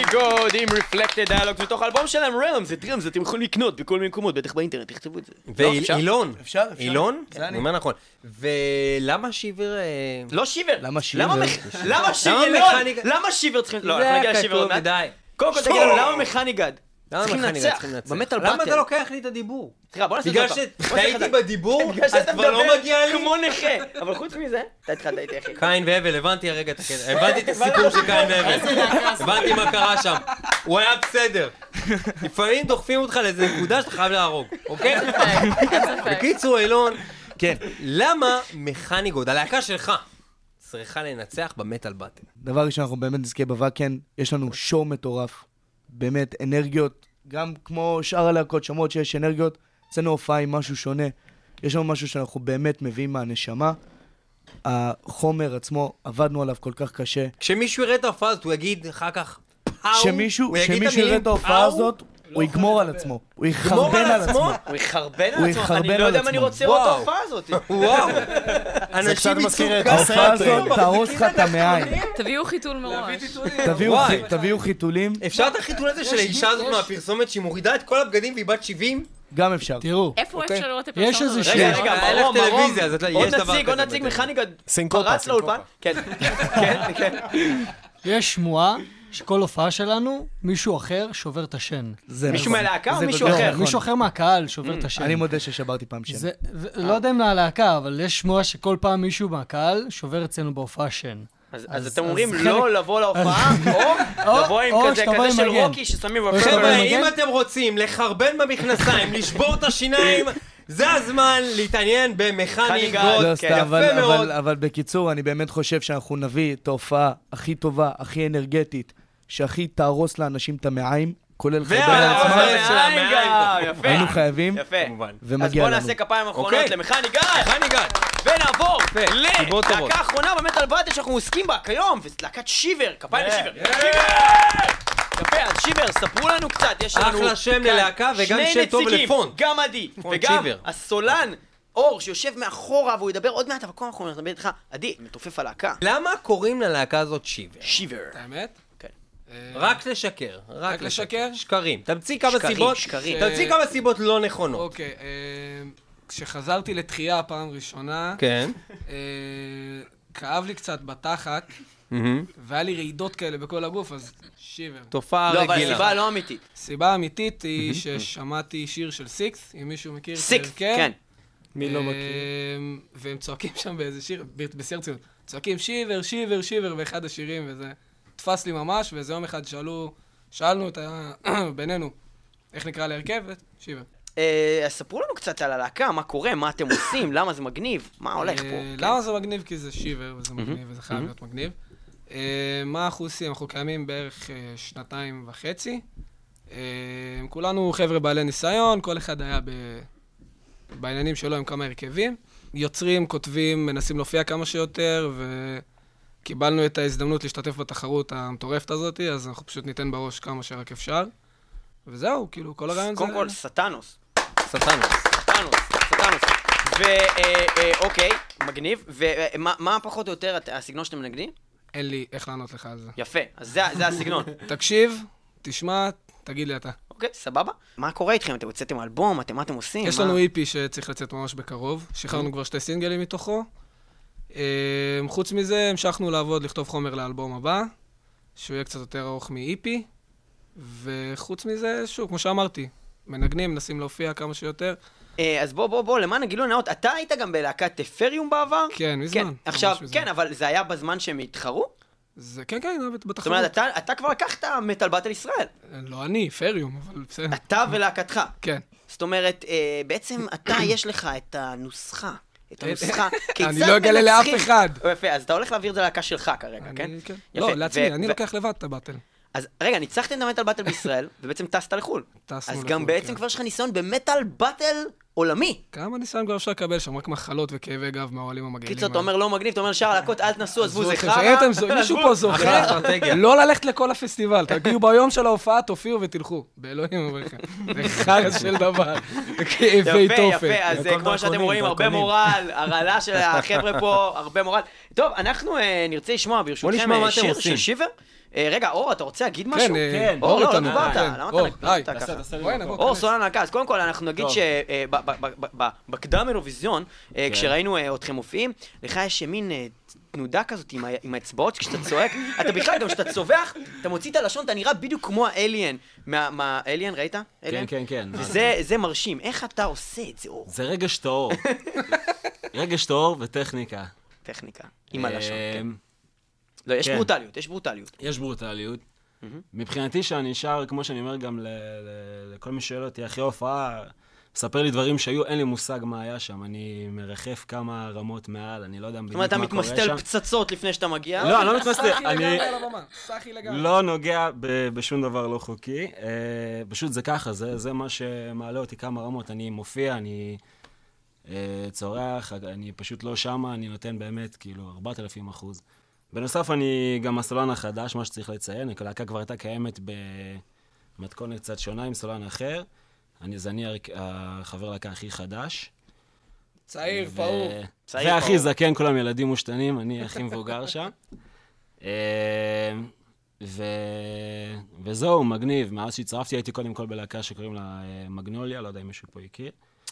God עם Reflected Dialogues בתוך האלבום שלהם, Realms, זה אתם יכולים לקנות בכל מיני מקומות, בטח באינטרנט, תכתבו את זה. ואילון. אפשר. אילון? זה אני. אומר נכון. ולמה שיבר... לא שיבר. למה שיבר? למה שיבר? למה שיבר צריכים... לא, אנחנו נגיע לשיבר עוד מעט. קודם כל תגיד לנו, למה מכניגד? צריכים לנצח. במטל באטל. למה אתה לוקח לי את הדיבור? תראה, בוא נעשה בגלל את זה. שטעיתי בדיבור, בגלל אז שאתה כבר לא מדבר מגיע לי. כמו נכה. אבל חוץ מזה, אתה התחלת איתי אחי. קין והבל, הבנתי הרגע את הקטע. הבנתי את הסיפור של קין והבל. הבנתי מה קרה שם. הוא היה בסדר. לפעמים דוחפים אותך לאיזה נקודה שאתה חייב להרוג, אוקיי? בקיצור, אילון, כן. למה מכניגוד, הלהקה שלך, צריכה לנצח במטל באטל? דבר ראשון, אנחנו באמת נזכה בוואקן, יש לנו שואו מטורף, באמת אנרגיות, גם כמו שאר הלהקות, שמות שיש אנרגיות, אצלנו הופעה עם משהו שונה, יש לנו משהו שאנחנו באמת מביאים מהנשמה, החומר עצמו, עבדנו עליו כל כך קשה. כשמישהו יראה את ההופעה הזאת, הוא יגיד אחר כך, פאו, כשמישהו הוא יגיד יראה את ההופעה פאו, הזאת, הוא יגמור על עצמו, הוא יחרבן על עצמו. הוא יחרבן הוא על עצמו, יחרבן אני לא על יודע אם אני עצמו. רוצה לראות את ההופעה הזאת. וואו, קצת אנשים מזכיר יצאו את ככה. ההופעה הזאת תהרוס לך את המעיים. תביאו חיתול מראש. וואי. תביאו חיתולים, אפשר את החיתול הזה של האישה הזאת מהפרסומת שהיא מורידה את כל הבגדים והיא בת 70? גם אפשר. תראו, איפה אפשר לראות את יש הפרסומת? איזה רגע, שיר. רגע, אין לך מרום, טלוויזיה, אז יש דבר כזה עוד נציג בטלוויזיה. מכניגד סינקופה, פרץ לאולפן. כן, כן. יש שמועה שכל הופעה שלנו, מישהו אחר שובר את השן. זה מישהו נכון. מהלהקה או זה מישהו נכון. אחר? מישהו אחר מהקהל שובר את השן. אני מודה ששברתי פעם שן. לא יודע אם מהלהקה, אבל יש שמועה שכל פעם מישהו מהקהל שובר אצלנו בהופעה שן. אז אתם אומרים אז לא לבוא להופעה, או לבוא עם או כזה שתבוא עם של מגן. רוקי ששמים או בפרסומת. חבר'ה, מגן? אם אתם רוצים לחרבן במכנסיים, לשבור את השיניים, זה הזמן להתעניין במכני גד. גוד. לא כן, סתם, יפה מאוד. אבל בקיצור, אני באמת חושב שאנחנו נביא את ההופעה הכי טובה, הכי אנרגטית, שהכי תהרוס לאנשים את המעיים, כולל חרבן על עצמם. והארץ של המעיים. יפה. היינו חייבים, יפה. כמובן. אז ומגיע בואו לנו. נעשה כפיים אחרונות אוקיי. למכני גד. מכני גד. ונעבור סיבות טובות. ללהקה האחרונה במטל באטל שאנחנו עוסקים בה כיום, וזאת להקת שיבר, כפיים לשיבר. יפה, אז שיבר, ספרו לנו קצת, יש לנו אחלה שם כאן ללהקה וגם שני שם טוב נציגים, לפונט. גם עדי פונט וגם שיבר. הסולן אור שיושב מאחורה והוא ידבר עוד מעט, אבל קודם אנחנו נדבר איתך, עדי, מתופף הלהקה. למה קוראים ללהקה הזאת שיבר? שיבר. האמת? כן. רק לשקר. רק לשקר? שקרים. תמציא כמה שקרים, סיבות. שקרים. תמציא כמה סיבות לא נכונות. אוקיי, כשחזרתי לתחייה הפעם ראשונה, כן. כאב לי קצת בתחת, והיה לי רעידות כאלה בכל הגוף, אז שיבר. תופעה לא, אבל רגילה. הסיבה לא אמיתית. סיבה אמיתית היא ששמעתי שיר של סיקס, אם מישהו מכיר את סיקס, כן. מי לא מכיר? והם צועקים שם באיזה שיר, בשיא הרצינות, צועקים שיבר, שיבר, שיבר באחד השירים, וזה תפס לי ממש, ואיזה יום אחד שאלנו בינינו, איך נקרא להרכב? שיבר. אז ספרו לנו קצת על הלהקה, מה קורה, מה אתם עושים, למה זה מגניב, מה הולך פה. למה זה מגניב? כי זה שיבר, וזה מגניב, וזה חייב להיות מגניב. מה אנחנו עושים? אנחנו קיימים בערך 2.5 כולנו חבר'ה בעלי ניסיון, כל אחד היה בעניינים שלו עם כמה הרכבים. יוצרים, כותבים, מנסים להופיע כמה שיותר, וקיבלנו את ההזדמנות להשתתף בתחרות המטורפת הזאת, אז אנחנו פשוט ניתן בראש כמה שרק אפשר. וזהו, כאילו, כל הרעיון זה... קודם כל, סטנוס. סטנוס. ואוקיי, מגניב. ומה פחות או יותר הסגנון שאתם מנגנים? אין לי איך לענות לך על זה. יפה, אז זה הסגנון. תקשיב, תשמע, תגיד לי אתה. אוקיי, סבבה. מה קורה איתכם? אתם הוצאתם אלבום? מה אתם עושים? יש לנו איפי שצריך לצאת ממש בקרוב. שחררנו כבר 2 סינגלים מתוכו. חוץ מזה, המשכנו לעבוד, לכתוב חומר לאלבום הבא, שהוא יהיה קצת יותר ארוך מאיפי. וחוץ מזה, שוב, כמו שאמרתי, מנגנים, מנסים להופיע כמה שיותר. אז בוא, למען הגילוי נאות, אתה היית גם בלהקת פריום בעבר? כן, מזמן. עכשיו, ממש כן, מזמן. אבל זה היה בזמן שהם התחרו? כן, בתחרות. זאת אומרת, אתה כבר לקחת מטל באטל ישראל. לא אני, פריום, אבל בסדר. אתה ולהקתך. כן. זאת אומרת, בעצם אתה, יש לך את הנוסחה. אני לא אגלה לאף אחד. יפה, אז אתה הולך להעביר את זה ללהקה שלך כרגע, כן? לא, לעצמי, אני לוקח לבד את הבטל. אז רגע, ניצחתם את המטל באטל בישראל, ובעצם טסת לחו"ל. טסנו אז לחו"ל, גם בעצם כן. כבר יש לך ניסיון במטל באטל עולמי. כמה ניסיון כבר אפשר לקבל שם, רק מחלות וכאבי גב מהאוהלים המגעילים. קיצור, אתה אומר לא מגניב, אתה אומר שאר הלהקות, אל תנסו, עזבו, זה חרא. מישהו פה זוכר, לא ללכת לכל הפסטיבל, תגיעו ביום של ההופעה, תופיעו ותלכו. באלוהים אומריכם. זה חרא של דבר. כאבי תופת. יפה, אז כמו שאתם רואים, הרבה מורל, הרעלה של החבר'ה פה, הרבה מורל. טוב, אנחנו נרצה לשמוע ברשותכם שיר של שיבר. רגע, אור, אתה רוצה להגיד משהו? כן, אור, לא איתנו. דיברת, למה אתה נקלטת ככה? אור סולן הקהל, קודם כל אנחנו נגיד שבקדם אירוויזיון, כשראינו אתכם מופיעים, לך יש מין תנודה כזאת עם האצבעות כשאתה צועק, אתה בכלל גם כשאתה צווח, אתה מוציא את הלשון, אתה נראה בדיוק כמו האליין. האליין, ראית? כן. וזה מרשים, איך אתה עושה את זה, אור? זה רגש טהור. רגש טהור וטכניקה. טכניקה, עם הלשון, כן. לא, יש ברוטליות, יש ברוטליות. מבחינתי שאני שר, כמו שאני אומר גם לכל מי שואל אותי, אחרי ההופעה, ספר לי דברים שהיו, אין לי מושג מה היה שם. אני מרחף כמה רמות מעל, אני לא יודע בדיוק מה קורה שם. זאת אומרת, אתה מתמסטל פצצות לפני שאתה מגיע? לא, אני לא מתמסטל. אני לא נוגע בשום דבר לא חוקי. פשוט זה ככה, זה מה שמעלה אותי כמה רמות. אני מופיע, אני צורח, אני פשוט לא שמה, אני נותן באמת כאילו 4,000%. בנוסף, אני גם הסולן החדש, מה שצריך לציין, הלהקה כבר הייתה קיימת במתכונת קצת שונה עם סולן אחר. אז אני החבר להקה הכי חדש. צעיר, פעור. והכי זקן, כולם ילדים מושתנים, אני הכי מבוגר שם. וזהו, מגניב. מאז שהצטרפתי הייתי קודם כל בלהקה שקוראים לה מגנוליה, לא יודע אם מישהו פה הכיר.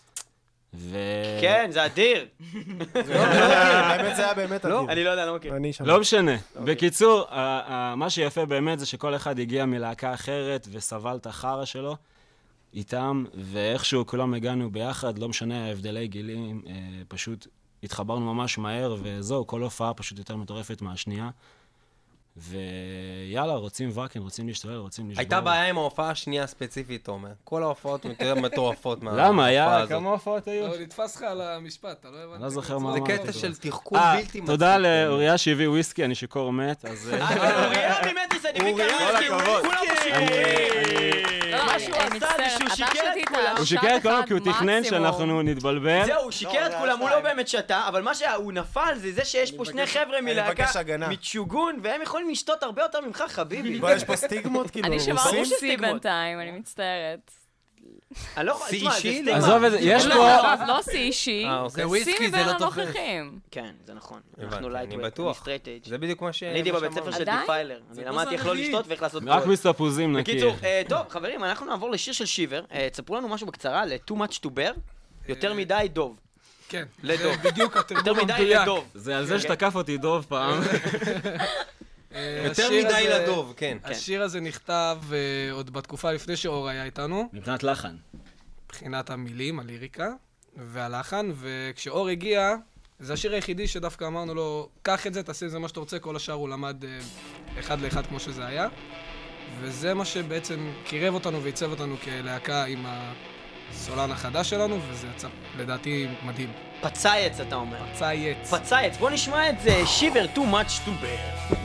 כן, זה אדיר. באמת זה היה באמת אדיר. אני לא יודע, לא מכיר. לא משנה. בקיצור, מה שיפה באמת זה שכל אחד הגיע מלהקה אחרת וסבל את החרא שלו איתם, ואיכשהו כולם הגענו ביחד, לא משנה ההבדלי גילים, פשוט התחברנו ממש מהר, וזהו, כל הופעה פשוט יותר מטורפת מהשנייה. ויאללה, רוצים וקן, רוצים להשתולל, רוצים לשבור. הייתה בעיה עם ההופעה השנייה ספציפית, תומר. כל ההופעות מטורפות מההופעה הזאת. למה? היה כמה הופעות היו? לא, נתפס לך על המשפט, אתה לא הבנת. אני לא זוכר מה זה אמרתי. קטע של תחכום בלתי מצליח. תודה לאוריה שהביא וויסקי, אני שיכור מת, אז... אוריה ממטיס, אני הביא כאן וויסקי, כולם פה שיכורים. מה שהוא עשה זה שהוא שיקר את כולם. הוא שיקר את כולם כי הוא תכנן שאנחנו נתבלבל. זהו, הוא שיקר את כולם, הוא לא באמת שתה, אבל מה שהוא נפל זה שיש פה שני חבר'ה מלהקה מצ'וגון, והם יכולים לשתות הרבה יותר ממך, חביבי. בוא, יש פה סטיגמות, כאילו, אני רוסים? שמרתי סי בינתיים, אני מצטערת. סי אישי? עזוב את זה, יש פה... לא סי אישי, זה וויסקי, זה לא תופס. כן, זה נכון. אני בטוח. זה בדיוק מה ש... אני הייתי בבית ספר של דיפיילר. אני למדתי איך לא לשתות ואיך לעשות... רק מסתפוזים נקי. בקיצור, טוב, חברים, אנחנו נעבור לשיר של שיבר. תספרו לנו משהו בקצרה ל-Too Much to Bear. יותר מדי דוב. כן, לדוב. בדיוק התרגום יותר מדי המדויק. לדוב. זה על זה שתקף אותי דוב פעם. יותר מדי לדוב, כן. השיר הזה נכתב עוד בתקופה לפני שאור היה איתנו. מבחינת לחן. מבחינת המילים, הליריקה והלחן, וכשאור הגיע, זה השיר היחידי שדווקא אמרנו לו, קח את זה, תעשה את זה מה שאתה רוצה, כל השאר הוא למד אחד לאחד כמו שזה היה. וזה מה שבעצם קירב אותנו ועיצב אותנו כלהקה עם הסולן החדש שלנו, וזה יצא לדעתי מדהים. פצייץ, אתה אומר. פצייץ. פצייץ, בוא נשמע את זה, שיבר Too Much to Bear.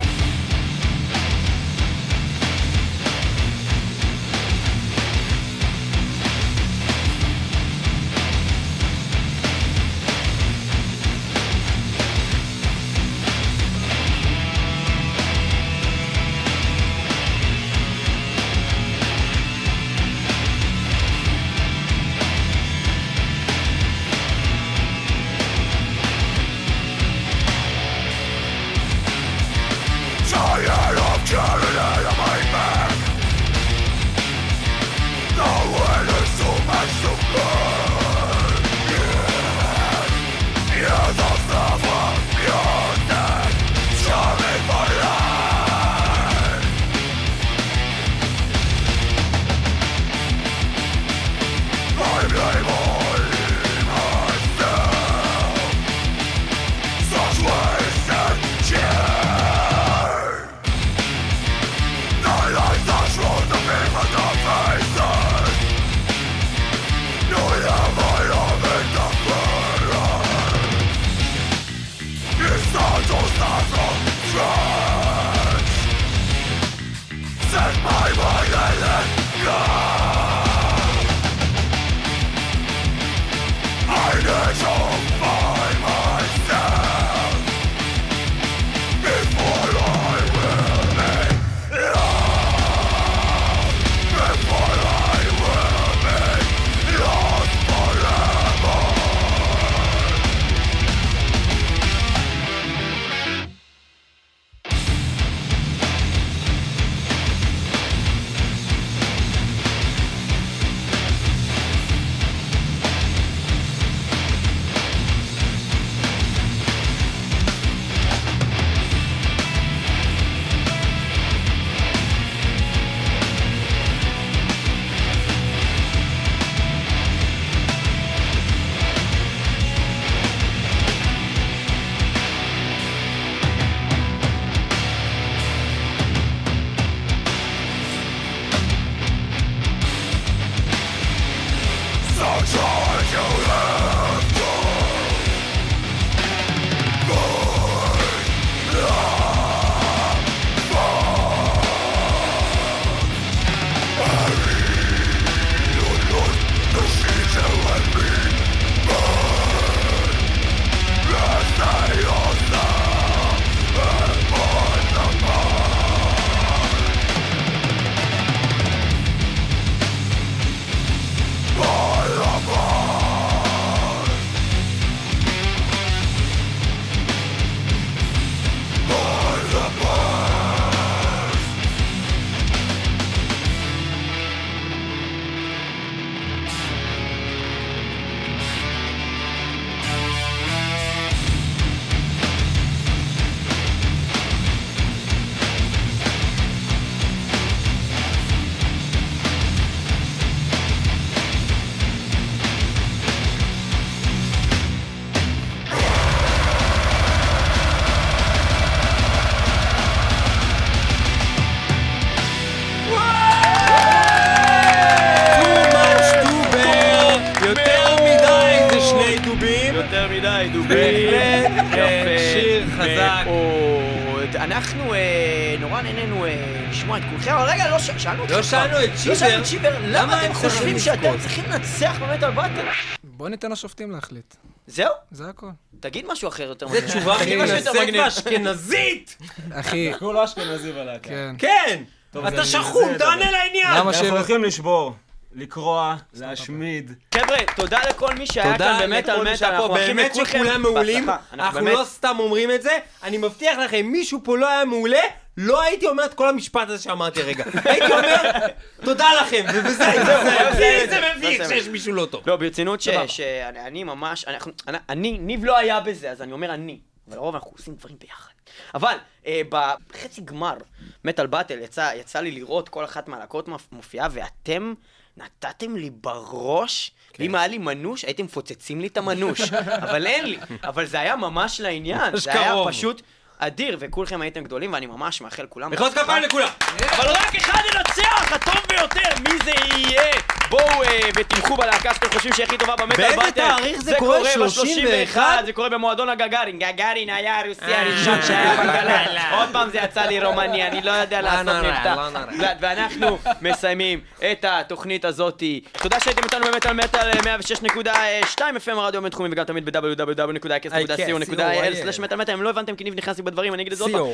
בהחלט, שיר חזק. אנחנו נורא נהנינו לשמוע את כולכם, אבל רגע, לא שאלנו את לא שאלנו את שיבר, למה אתם חושבים שאתם צריכים לנצח במטל באטל? בוא ניתן לשופטים להחליט. זהו? זה הכל. תגיד משהו אחר יותר זה תשובה מנסית ואשכנזית! אחי, הוא לא אשכנזי בלהקה. כן. כן! אתה שחום, תענה לעניין! אנחנו הולכים לשבור, לקרוע, להשמיד. חבר'ה, תודה לכל מי שהיה כאן במטל מטל, אנחנו מאחלים באמת לכולכם שכולם מעולים, בהצלחה. אנחנו לא סתם אומרים את זה, אני מבטיח לכם, מישהו פה לא היה מעולה, לא הייתי אומר את כל המשפט הזה שאמרתי רגע. הייתי אומר, תודה לכם, ובזה זה מביך שיש מישהו לא טוב. לא, ברצינות שאני ממש, ניב לא היה בזה, אז אני אומר אני, אבל לרוב אנחנו עושים דברים ביחד. אבל בחצי גמר מטל באטל יצא לי לראות כל אחת מהלהקות מופיעה, ואתם נתתם לי בראש, ואם היה לי מנוש, הייתם מפוצצים לי את המנוש, אבל אין לי, אבל זה היה ממש לעניין, זה היה פשוט אדיר, וכולכם הייתם גדולים, ואני ממש מאחל כולם. מחיאות כפיים לכולם. אבל רק אחד ינצח, הטוב ביותר, מי זה יהיה? בואו ותמכו בלהקה שאתם חושבים שהיא הכי טובה במטל באטל. באיזה תאריך זה קורה? 31? זה קורה במועדון הגגארין. גגארין היה הרוסי הראשון שהיה בגלל. עוד פעם זה יצא לי רומני, אני לא יודע לעשות מבטא. ואנחנו מסיימים את התוכנית הזאת. תודה שהייתם איתנו במטל מטל 106.2 FM הרדיו הבינתחומי, וגם תמיד ב-www.icast.co.il/מטל-מטל. אם לא הבנתם כי ניב נכנסתי בדברים, אני אגיד את זה עוד פעם.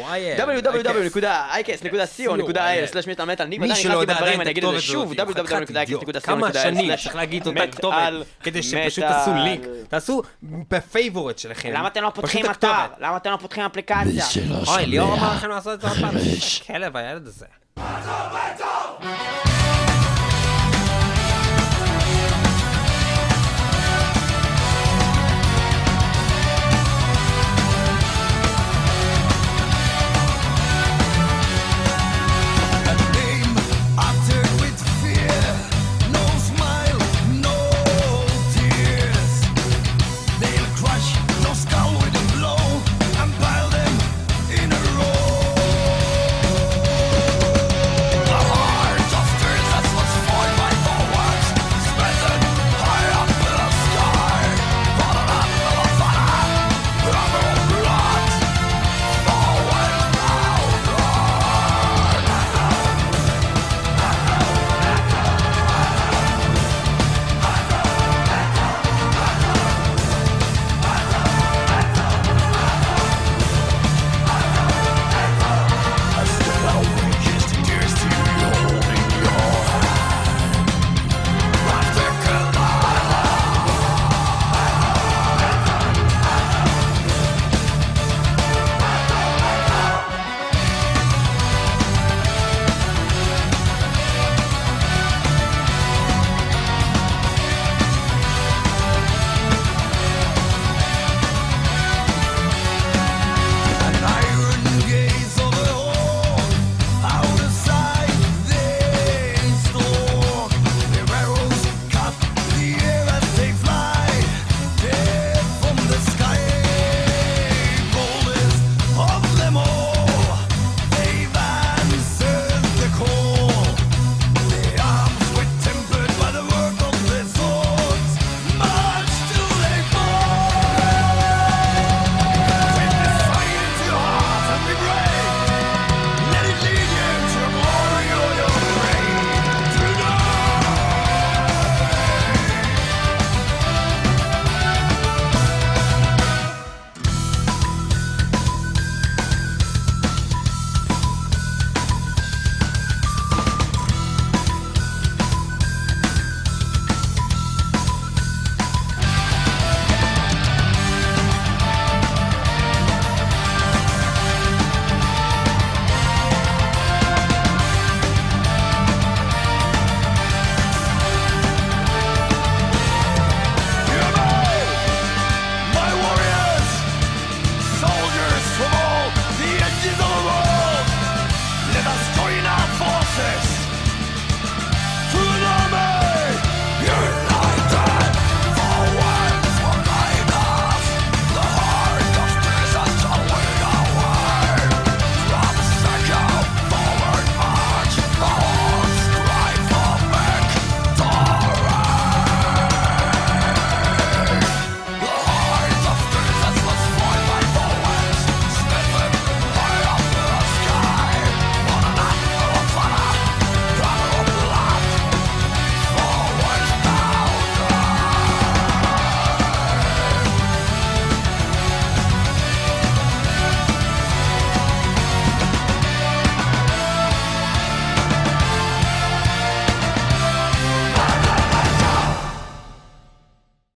www.icast.co.il/מטל-מטל. ניב עדיין נכנסתי בדברים, אני אגיד את זה שוב. www.icast.co.il/מטל. כמה שנים צריך להגיד את אותה כתובת, כדי שפשוט תעשו לינק, תעשו בפייבורט שלכם. למה אתם לא פותחים אתר? למה אתם לא פותחים אפליקציה? אוי, ליאור אמר לכם לעשות את זה עוד פעם. כלב, הילד הזה.